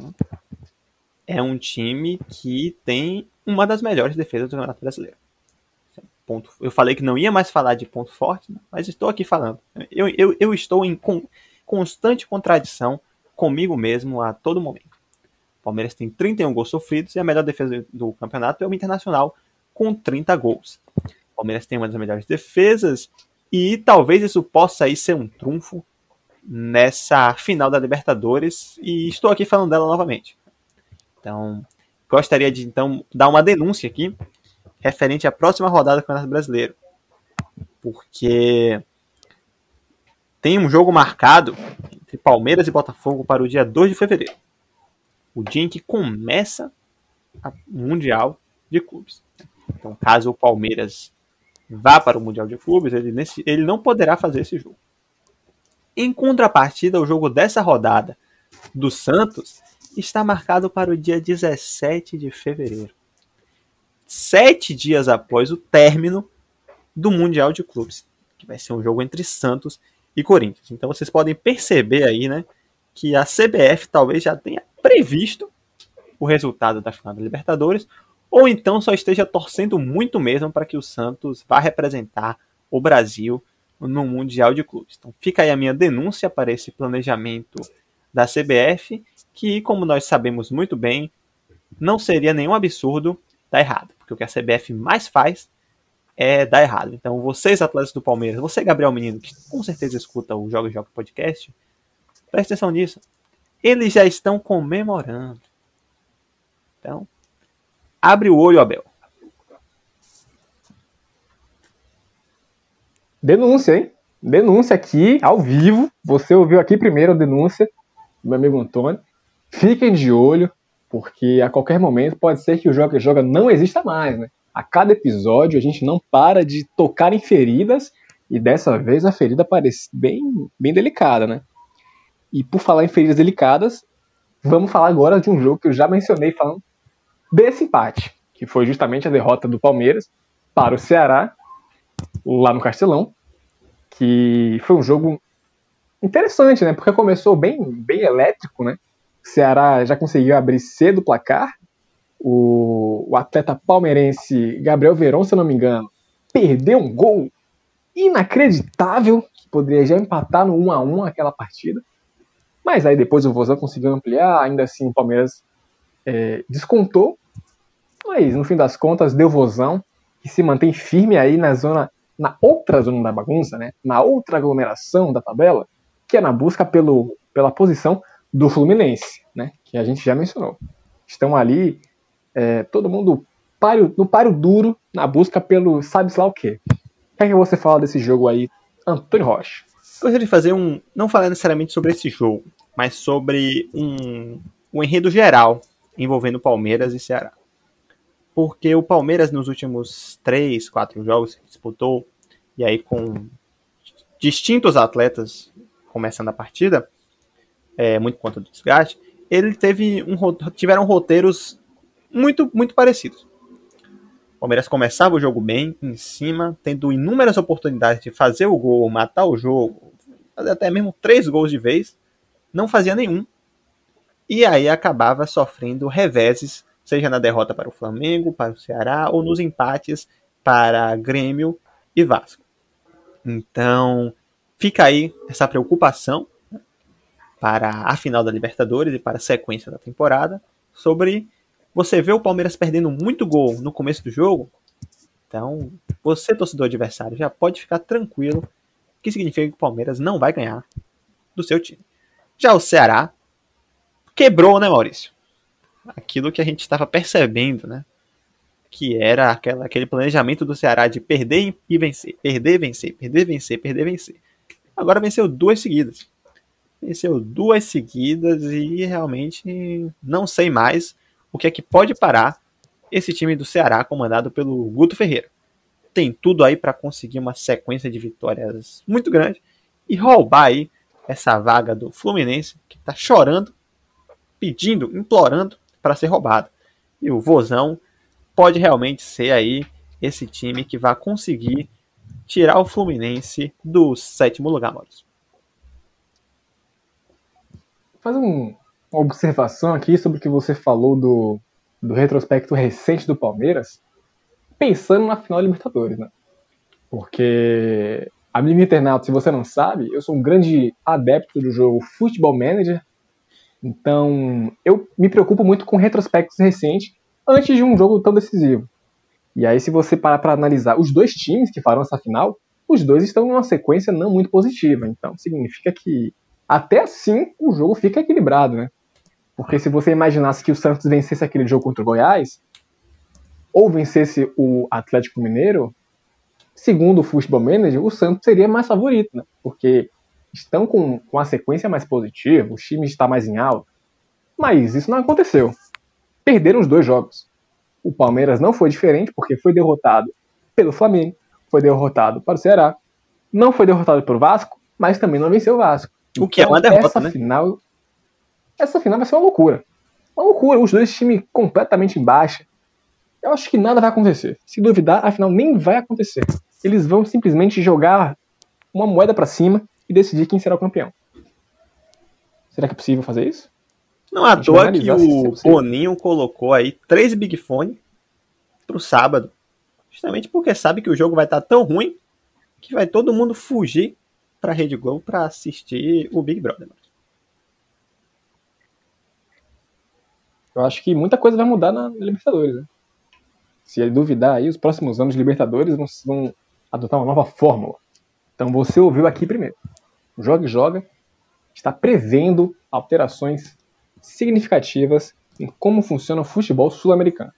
é um time que tem uma das melhores defesas do Campeonato Brasileiro. Ponto. Eu falei que não ia mais falar de ponto forte, mas estou aqui falando. Eu, eu, eu estou em con, constante contradição comigo mesmo a todo momento. O Palmeiras tem trinta e um gols sofridos e a melhor defesa do campeonato é o Internacional, com trinta gols. O Palmeiras tem uma das melhores defesas e talvez isso possa aí ser um trunfo nessa final da Libertadores, e estou aqui falando dela novamente. Então, gostaria de então dar uma denúncia aqui referente à próxima rodada do Campeonato Brasileiro, porque tem um jogo marcado entre Palmeiras e Botafogo para o dia dois de fevereiro, o dia em que começa o Mundial de Clubes. Então, caso o Palmeiras vá para o Mundial de Clubes, ele, nesse, ele não poderá fazer esse jogo. Em contrapartida, o jogo dessa rodada do Santos está marcado para o dia dezessete de fevereiro. Sete dias após o término do Mundial de Clubes, que vai ser um jogo entre Santos e Corinthians. Então vocês podem perceber aí, né, que a C B F talvez já tenha previsto o resultado da final da Libertadores, ou então só esteja torcendo muito mesmo para que o Santos vá representar o Brasil no Mundial de Clubes. Então fica aí a minha denúncia para esse planejamento da C B F, que, como nós sabemos muito bem, não seria nenhum absurdo dar errado, porque o que a C B F mais faz é dar errado. Então vocês, atletas do Palmeiras, você, Gabriel Menino, que com certeza escuta o Joga e Joga Podcast, presta atenção nisso. Eles já estão comemorando. Então, abre o olho, Abel. Denúncia, hein? Denúncia aqui, ao vivo. Você ouviu aqui primeiro a denúncia do meu amigo Antônio. Fiquem de olho. porque a qualquer momento pode ser que o Joga Joga não exista mais, né? A cada episódio a gente não para de tocar em feridas, e dessa vez a ferida parece bem, bem delicada, né? E por falar em feridas delicadas, vamos falar agora de um jogo que eu já mencionei falando desse empate, que foi justamente a derrota do Palmeiras para o Ceará, lá no Castelão, que foi um jogo interessante, né? Porque começou bem, bem elétrico, né? O Ceará já conseguiu abrir cedo o placar. O, o atleta palmeirense Gabriel Veron, se eu não me engano, perdeu um gol inacreditável, que poderia já empatar no um a um aquela partida. Mas aí depois o Vozão conseguiu ampliar, ainda assim o Palmeiras é, descontou. Mas no fim das contas deu Vozão, que se mantém firme aí na zona, na outra zona da bagunça, né? Na outra aglomeração da tabela, que é na busca pelo, pela posição do Fluminense, né? Que a gente já mencionou. Estão ali, é, todo mundo páreo, no páreo duro, na busca pelo sabe-se lá o quê. O que é que você fala desse jogo aí, Antônio Rocha? Gostaria de fazer um, não falar necessariamente sobre esse jogo, mas sobre um, um enredo geral envolvendo Palmeiras e Ceará. Porque o Palmeiras nos últimos três, quatro jogos que disputou, e aí com distintos atletas começando a partida, é, muito conta do desgaste, ele teve um, tiveram roteiros muito, muito parecidos. O Palmeiras começava o jogo bem, em cima, tendo inúmeras oportunidades de fazer o gol, matar o jogo, fazer até mesmo três gols de vez, não fazia nenhum. E aí acabava sofrendo reveses, seja na derrota para o Flamengo, para o Ceará, ou nos empates para Grêmio e Vasco. Então, fica aí essa preocupação, né, para a final da Libertadores e para a sequência da temporada, sobre você ver o Palmeiras perdendo muito gol no começo do jogo. Então, você, torcedor adversário, já pode ficar tranquilo, que significa que o Palmeiras não vai ganhar do seu time. Já o Ceará quebrou, né, Maurício? Aquilo que a gente estava percebendo, né? Que era aquela, aquele planejamento do Ceará de perder e vencer, perder, vencer, perder, vencer, perder, vencer. Agora venceu duas seguidas. Venceu duas seguidas e realmente não sei mais o que é que pode parar esse time do Ceará comandado pelo Guto Ferreira. Tem tudo aí para conseguir uma sequência de vitórias muito grande e roubar aí essa vaga do Fluminense, que está chorando, pedindo, implorando para ser roubado. E o Vozão pode realmente ser aí esse time que vai conseguir tirar o Fluminense do sétimo lugar, Maurício. Fazer um, uma observação aqui sobre o que você falou do, do retrospecto recente do Palmeiras, pensando na final da Libertadores, né? Porque, amigo internauta, se você não sabe, eu sou um grande adepto do jogo Football Manager, então eu me preocupo muito com retrospectos recentes antes de um jogo tão decisivo. E aí, se você parar para analisar os dois times que farão essa final, os dois estão em uma sequência não muito positiva. Então, significa que até assim o jogo fica equilibrado, né? Porque se você imaginasse que o Santos vencesse aquele jogo contra o Goiás, ou vencesse o Atlético Mineiro, segundo o Football Manager, o Santos seria mais favorito, né? Porque estão com, com a sequência mais positiva, o time está mais em alta. Mas isso não aconteceu. Perderam os dois jogos. O Palmeiras não foi diferente, porque foi derrotado pelo Flamengo, foi derrotado para o Ceará, não foi derrotado pelo Vasco, mas também não venceu o Vasco. O que então, é uma derrota, essa né? Final, essa final vai ser uma loucura. Uma loucura, os dois times completamente em baixa. Eu acho que nada vai acontecer. Se duvidar, a final nem vai acontecer. Eles vão simplesmente jogar uma moeda para cima e decidir quem será o campeão. Será que é possível fazer isso? Não à toa que o Boninho colocou aí três Big Fone pro sábado. Justamente porque sabe que o jogo vai estar tão ruim que vai todo mundo fugir pra Rede Globo pra assistir o Big Brother. Eu acho que muita coisa vai mudar na Libertadores, né? Se ele duvidar aí, os próximos anos de Libertadores vão, vão adotar uma nova fórmula. Então você ouviu aqui primeiro. O Joga e Joga está prevendo alterações significativas em como funciona o futebol sul-americano.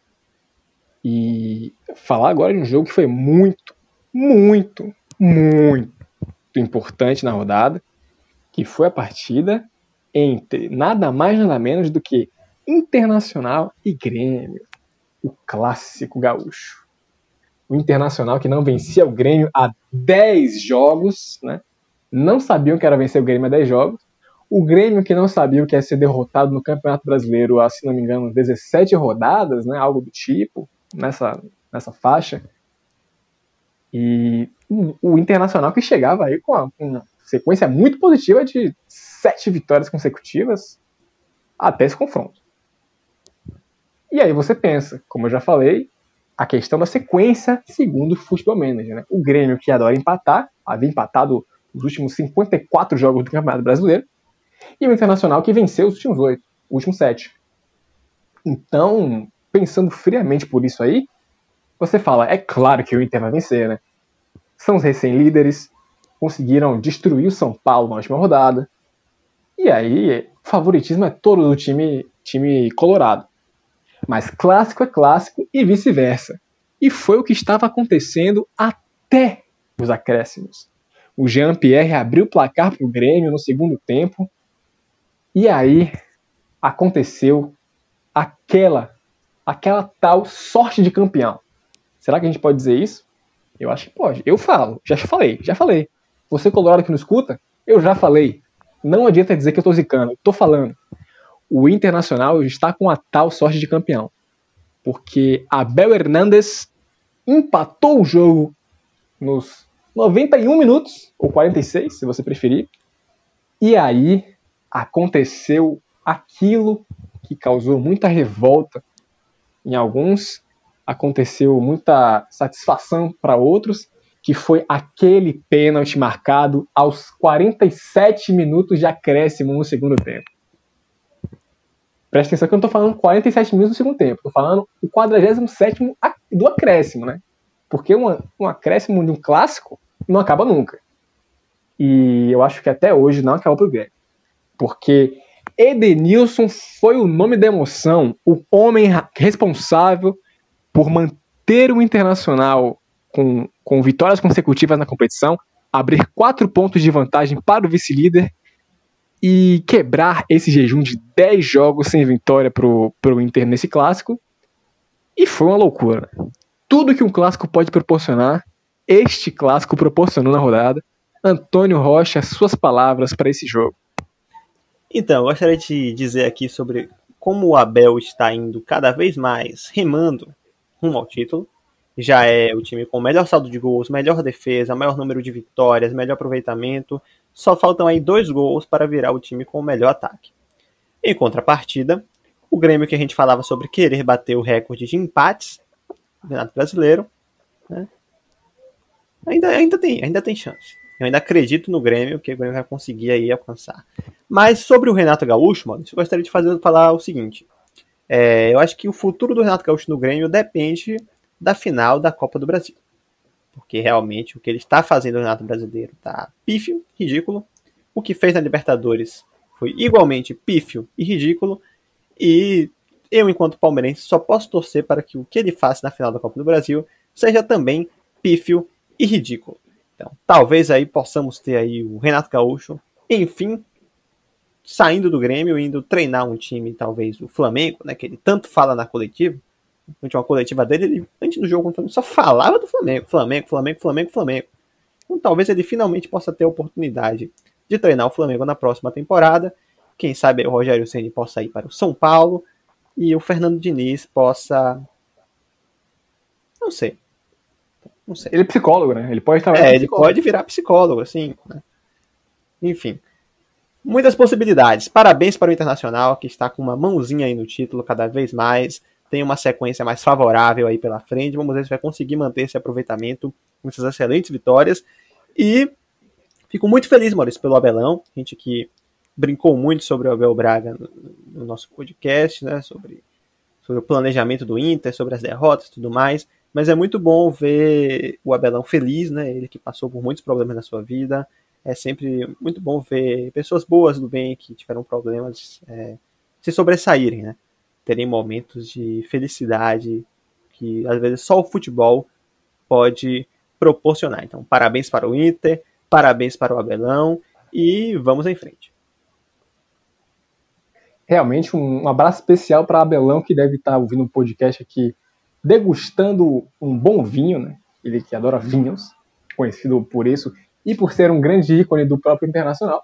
E falar agora de um jogo que foi muito, muito, muito importante na rodada, que foi a partida entre nada mais nada menos do que Internacional e Grêmio, o clássico gaúcho. O Internacional que não vencia o Grêmio há dez jogos, né? Não sabiam que era vencer o Grêmio há dez jogos. O Grêmio que não sabia o que ia ser derrotado no Campeonato Brasileiro há, se não me engano, dezessete rodadas, né? Algo do tipo, nessa, nessa faixa. E o Internacional que chegava aí com uma, uma sequência muito positiva de sete vitórias consecutivas até esse confronto. E aí você pensa, como eu já falei, a questão da sequência segundo o Futebol Manager, né? O Grêmio que adora empatar, havia empatado os últimos cinquenta e quatro jogos do Campeonato Brasileiro, e o Internacional que venceu os últimos oito, os últimos sete. Então, pensando friamente por isso aí, você fala, é claro que o Inter vai vencer, né? São os recém-líderes, conseguiram destruir o São Paulo na última rodada, e aí o favoritismo é todo do time, time colorado. Mas clássico é clássico e vice-versa. E foi o que estava acontecendo até os acréscimos. O Jean-Pierre abriu o placar para o Grêmio no segundo tempo. E aí aconteceu aquela, aquela tal sorte de campeão. Será que a gente pode dizer isso? Eu acho que pode. Eu falo. Já falei. Já falei. Você colorado que não escuta? Eu já falei. Não adianta dizer que eu estou zicando. Eu estou falando. O Internacional está com a tal sorte de campeão. Porque Abel Hernandes empatou o jogo nos noventa e um minutos, ou quarenta e seis, se você preferir. E aí aconteceu aquilo que causou muita revolta em alguns, aconteceu muita satisfação para outros, que foi aquele pênalti marcado aos quarenta e sete minutos de acréscimo no segundo tempo. Presta atenção que eu não estou falando quarenta e sete minutos no segundo tempo. Estou falando o quadragésimo sétimo do acréscimo, né? Porque um, um acréscimo de um clássico não acaba nunca. E eu acho que até hoje não acabou pro Grêmio. Porque Edenilson foi o nome da emoção, o homem responsável por manter o Internacional com, com vitórias consecutivas na competição, abrir quatro pontos de vantagem para o vice-líder e quebrar esse jejum de dez jogos sem vitória pro, pro Inter nesse clássico. E foi uma loucura. Tudo que um clássico pode proporcionar, este clássico proporcionou na rodada. Antônio Rocha, suas palavras para esse jogo. Então, eu gostaria de dizer aqui sobre como o Abel está indo cada vez mais remando rumo ao título. Já é o time com o melhor saldo de gols, melhor defesa, maior número de vitórias, melhor aproveitamento. Só faltam aí dois gols para virar o time com o melhor ataque. Em contrapartida, o Grêmio, que a gente falava sobre querer bater o recorde de empates no Campeonato Brasileiro, né? ainda, ainda, tem, ainda tem chance. Eu ainda acredito no Grêmio, que o Grêmio vai conseguir aí alcançar. Mas sobre o Renato Gaúcho, mano, eu gostaria de fazer, falar o seguinte. É, eu acho que o futuro do Renato Gaúcho no Grêmio depende da final da Copa do Brasil. Porque realmente o que ele está fazendo no Campeonato Brasileiro está pífio, ridículo. O que fez na Libertadores foi igualmente pífio e ridículo. E eu, enquanto palmeirense, só posso torcer para que o que ele faça na final da Copa do Brasil seja também pífio e ridículo. Então, talvez aí possamos ter aí o Renato Gaúcho, enfim, saindo do Grêmio, indo treinar um time, talvez o Flamengo, né, que ele tanto fala na coletiva. Durante uma coletiva dele, ele, antes do jogo contra o Flamengo, só falava do Flamengo, Flamengo, Flamengo, Flamengo, Flamengo. Então talvez ele finalmente possa ter a oportunidade de treinar o Flamengo na próxima temporada. Quem sabe o Rogério Ceni possa ir para o São Paulo e o Fernando Diniz possa... Não sei. Não sei. Ele é psicólogo, né? Ele pode estar. É, ele pode virar psicólogo, assim, né? Enfim. Muitas possibilidades. Parabéns para o Internacional, que está com uma mãozinha aí no título cada vez mais. Tem uma sequência mais favorável aí pela frente. Vamos ver se vai conseguir manter esse aproveitamento com essas excelentes vitórias. E fico muito feliz, Maurício, pelo Abelão. A gente que brincou muito sobre o Abel Braga no, no nosso podcast, né? Sobre, sobre o planejamento do Inter, sobre as derrotas e tudo mais. Mas é muito bom ver o Abelão feliz, né? Ele que passou por muitos problemas na sua vida. É sempre muito bom ver pessoas boas do bem que tiveram problemas é, se sobressaírem, né? Terem momentos de felicidade que, às vezes, só o futebol pode proporcionar. Então, parabéns para o Inter, parabéns para o Abelão e vamos em frente. realmente um, um abraço especial para Abelão, que deve estar ouvindo um podcast aqui, degustando um bom vinho, né? Ele que adora vinhos, conhecido por isso, e por ser um grande ícone do próprio Internacional.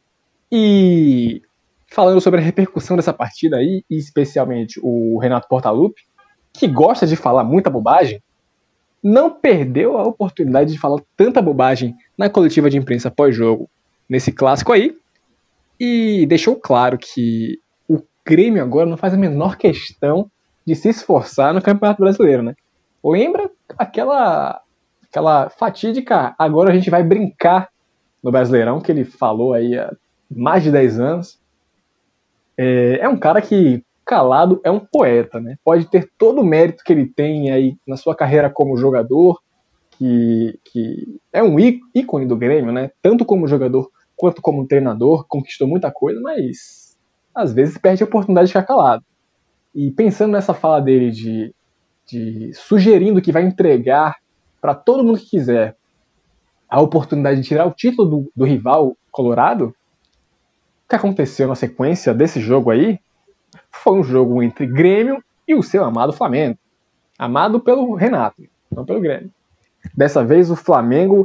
E falando sobre a repercussão dessa partida aí, e especialmente o Renato Portaluppi, que gosta de falar muita bobagem, não perdeu a oportunidade de falar tanta bobagem na coletiva de imprensa pós-jogo nesse clássico aí, e deixou claro que o Grêmio agora não faz a menor questão de se esforçar no Campeonato Brasileiro, né? Lembra aquela, aquela fatídica agora a gente vai brincar no Brasileirão, que ele falou aí há mais de dez anos. É, é um cara que, calado, é um poeta, né? Pode ter todo o mérito que ele tem aí na sua carreira como jogador, que, que é um ícone do Grêmio, né? Tanto como jogador quanto como treinador, conquistou muita coisa, mas às vezes perde a oportunidade de ficar calado. E pensando nessa fala dele de, de sugerindo que vai entregar para todo mundo que quiser a oportunidade de tirar o título do, do rival colorado, o que aconteceu na sequência desse jogo aí foi um jogo entre Grêmio e o seu amado Flamengo. Amado pelo Renato, não pelo Grêmio. Dessa vez o Flamengo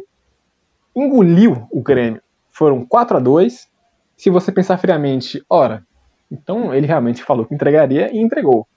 engoliu o Grêmio. Foram quatro a dois. Se você pensar friamente, ora, então ele realmente falou que entregaria e entregou.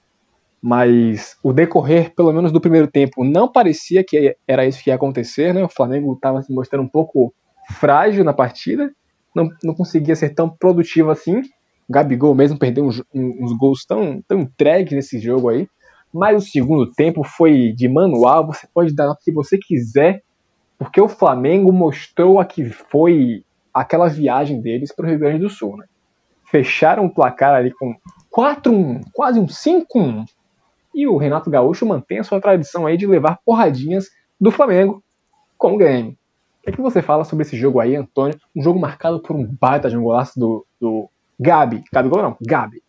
Mas o decorrer, pelo menos do primeiro tempo, não parecia que era isso que ia acontecer, né? O Flamengo estava se mostrando um pouco frágil na partida, não, não conseguia ser tão produtivo assim. O Gabigol mesmo perdeu uns, uns gols tão, tão entregues nesse jogo aí. Mas o segundo tempo foi de manual, você pode dar o que você quiser, porque o Flamengo mostrou a que foi aquela viagem deles para o Rio Grande do Sul, né? Fecharam o placar ali com quatro a um, quase um cinco a um. E o Renato Gaúcho mantém a sua tradição aí de levar porradinhas do Flamengo com o Grêmio. O que é que você fala sobre esse jogo aí, Antônio? Um jogo marcado por um baita de um golaço do, do Gabi. Gabigol não, Gabi.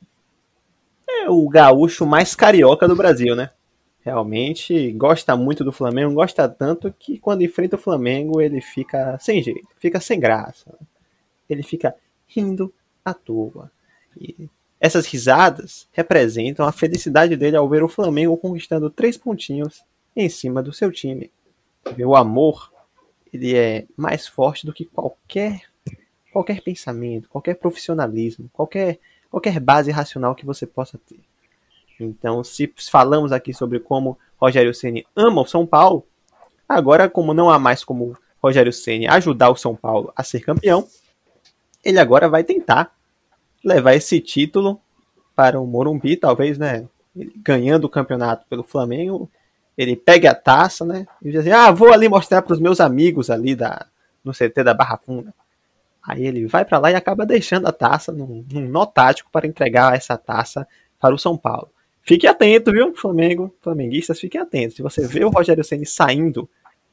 É o gaúcho mais carioca do Brasil, né? Realmente gosta muito do Flamengo, gosta tanto que quando enfrenta o Flamengo ele fica sem jeito, fica sem graça. Ele fica rindo à toa. E essas risadas representam a felicidade dele ao ver o Flamengo conquistando três pontinhos em cima do seu time. O amor, ele é mais forte do que qualquer, qualquer pensamento, qualquer profissionalismo, qualquer, qualquer base racional que você possa ter. Então, se falamos aqui sobre como Rogério Ceni ama o São Paulo, agora, como não há mais como Rogério Ceni ajudar o São Paulo a ser campeão, ele agora vai tentar levar esse título para o Morumbi, talvez, né? Ele ganhando o campeonato pelo Flamengo, ele pega a taça, né? E diz assim, ah, vou ali mostrar para os meus amigos ali da, no C T da Barra Funda. Aí ele vai para lá e acaba deixando a taça num, num nó tático para entregar essa taça para o São Paulo. Fique atento, viu, Flamengo, flamenguistas, fiquem atentos. Se você vê o Rogério Ceni saindo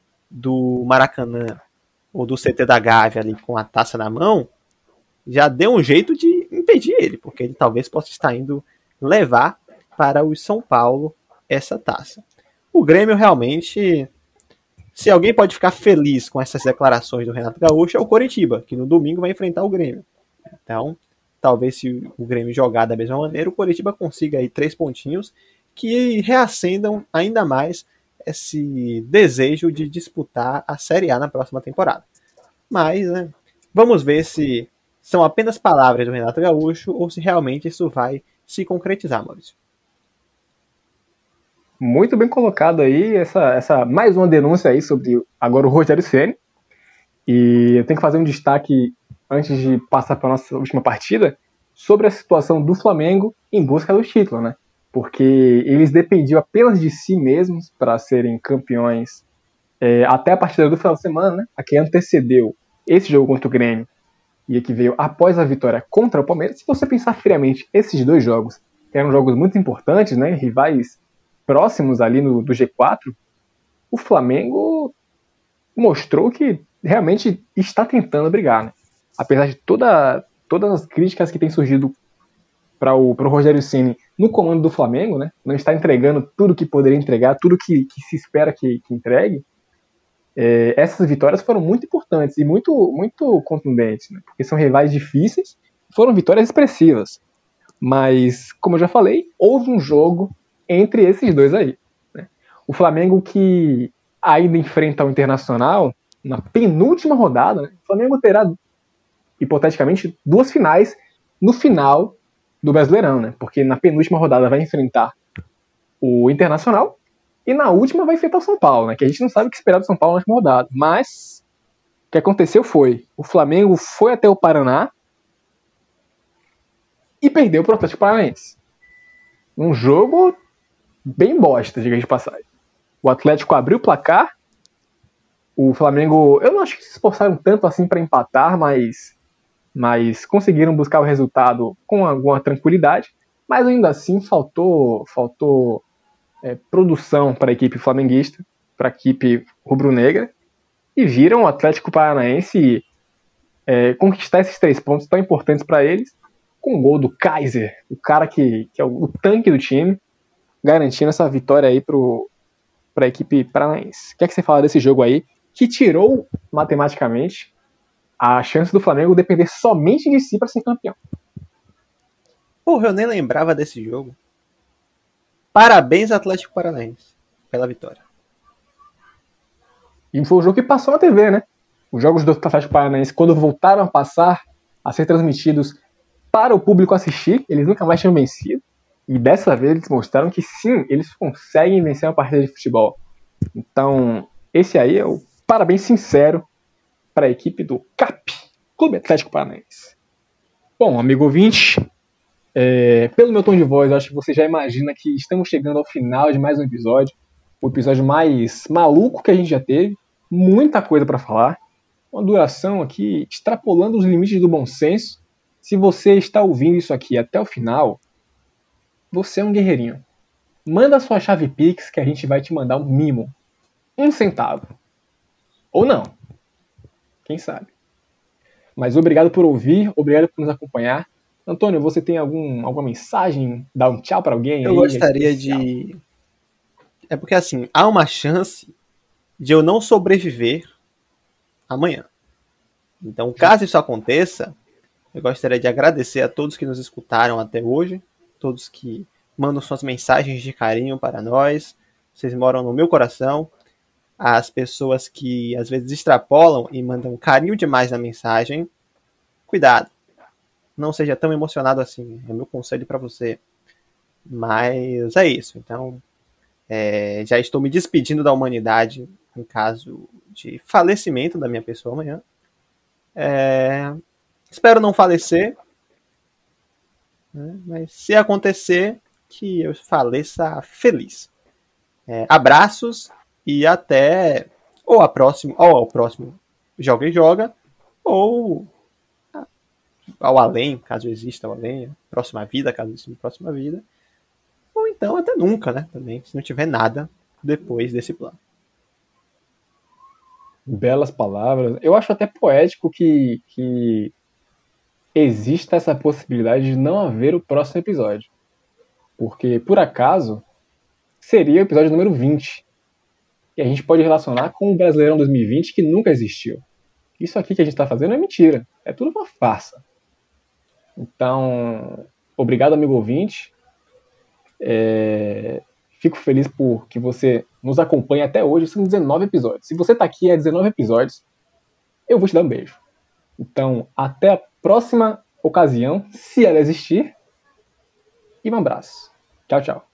do Maracanã ou do C T da Gávea ali com a taça na mão, já deu um jeito de impedir ele, porque ele talvez possa estar indo levar para o São Paulo essa taça. O Grêmio realmente, se alguém pode ficar feliz com essas declarações do Renato Gaúcho, é o Coritiba, que no domingo vai enfrentar o Grêmio. Então, talvez se o Grêmio jogar da mesma maneira, o Coritiba consiga aí três pontinhos que reacendam ainda mais esse desejo de disputar a Série A na próxima temporada. Mas, né, vamos ver se são apenas palavras do Renato Gaúcho ou se realmente isso vai se concretizar, Maurício. Muito bem colocado aí, essa, essa mais uma denúncia aí sobre agora o Rogério Ceni. E eu tenho que fazer um destaque antes de passar para a nossa última partida, sobre a situação do Flamengo em busca do título, né? Porque eles dependiam apenas de si mesmos para serem campeões é, até a partida do final de semana, né? A que antecedeu esse jogo contra o Grêmio e a que veio após a vitória contra o Palmeiras. Se você pensar friamente, esses dois jogos eram jogos muito importantes, né? Rivais próximos ali no, do G quatro, o Flamengo mostrou que realmente está tentando brigar, né? Apesar de toda, todas as críticas que têm surgido para o Rogério Ceni no comando do Flamengo, né? Não está entregando tudo que poderia entregar, tudo que, que se espera que, que entregue. É, essas vitórias foram muito importantes e muito, muito contundentes, né? Porque são rivais difíceis, foram vitórias expressivas. Mas, como eu já falei, houve um jogo entre esses dois aí. Né? O Flamengo que ainda enfrenta o Internacional na penúltima rodada, né? O Flamengo terá, hipoteticamente, duas finais no final do Brasileirão, né? Porque na penúltima rodada vai enfrentar o Internacional e na última vai enfrentar o São Paulo, né? Que a gente não sabe o que esperar do São Paulo na última rodada. Mas o que aconteceu foi, o Flamengo foi até o Paraná e perdeu para o Atlético Paranaense. Um jogo bem bosta, diga de passagem. O Atlético abriu o placar, o Flamengo, eu não acho que se esforçaram tanto assim para empatar, mas, mas conseguiram buscar o resultado com alguma tranquilidade, mas ainda assim faltou, faltou é, produção para a equipe flamenguista, para a equipe rubro-negra, e viram o Atlético Paranaense é, conquistar esses três pontos tão importantes para eles, com o gol do Kaiser, o cara que, que é o, o tanque do time, garantindo essa vitória aí para a equipe paranaense. O que é que você fala desse jogo aí, que tirou matematicamente a chance do Flamengo depender somente de si para ser campeão? Porra, eu nem lembrava desse jogo. Parabéns, Atlético Paranaense, pela vitória. E foi um jogo que passou na T V, né? Os jogos do Atlético Paranaense, quando voltaram a passar a ser transmitidos para o público assistir, eles nunca mais tinham vencido. E dessa vez eles mostraram que sim, eles conseguem vencer uma partida de futebol. Então, esse aí é o parabéns sincero para a equipe do C A P, Clube Atlético Paranaense. Bom, amigo ouvinte, é, pelo meu tom de voz, eu acho que você já imagina que estamos chegando ao final de mais um episódio. O episódio mais maluco que a gente já teve. Muita coisa para falar. Uma duração aqui extrapolando os limites do bom senso. Se você está ouvindo isso aqui até o final, você é um guerreirinho. Manda sua chave Pix que a gente vai te mandar um mimo. Um centavo. Ou não. Quem sabe. Mas obrigado por ouvir, obrigado por nos acompanhar. Antônio, você tem algum, alguma mensagem? Dá um tchau para alguém? Eu aí, gostaria especial? de... É porque assim, há uma chance de eu não sobreviver amanhã. Então, caso isso aconteça, eu gostaria de agradecer a todos que nos escutaram até hoje, todos que mandam suas mensagens de carinho para nós. Vocês moram no meu coração. As pessoas que às vezes extrapolam e mandam carinho demais na mensagem, cuidado. Não seja tão emocionado assim. É meu conselho para você. Mas é isso. Então, é, já estou me despedindo da humanidade em caso de falecimento da minha pessoa amanhã. É, espero não falecer, né? Mas se acontecer, que eu faleça feliz. É, abraços e até ou a próxima, ou ao próximo Joga e Joga, ou ao além, caso exista o além, próxima vida, caso exista uma próxima vida, ou então até nunca, né? Também, se não tiver nada depois desse plano. Belas palavras. Eu acho até poético que, que exista essa possibilidade de não haver o próximo episódio. Porque, por acaso, seria o episódio número vinte. E a gente pode relacionar com o Brasileirão dois mil e vinte que nunca existiu. Isso aqui que a gente está fazendo é mentira. É tudo uma farsa. Então, obrigado, amigo ouvinte. É... Fico feliz por que você nos acompanhe até hoje. São dezenove episódios. Se você está aqui há dezenove episódios, eu vou te dar um beijo. Então, até a próxima ocasião, se ela existir. E um abraço. Tchau, tchau.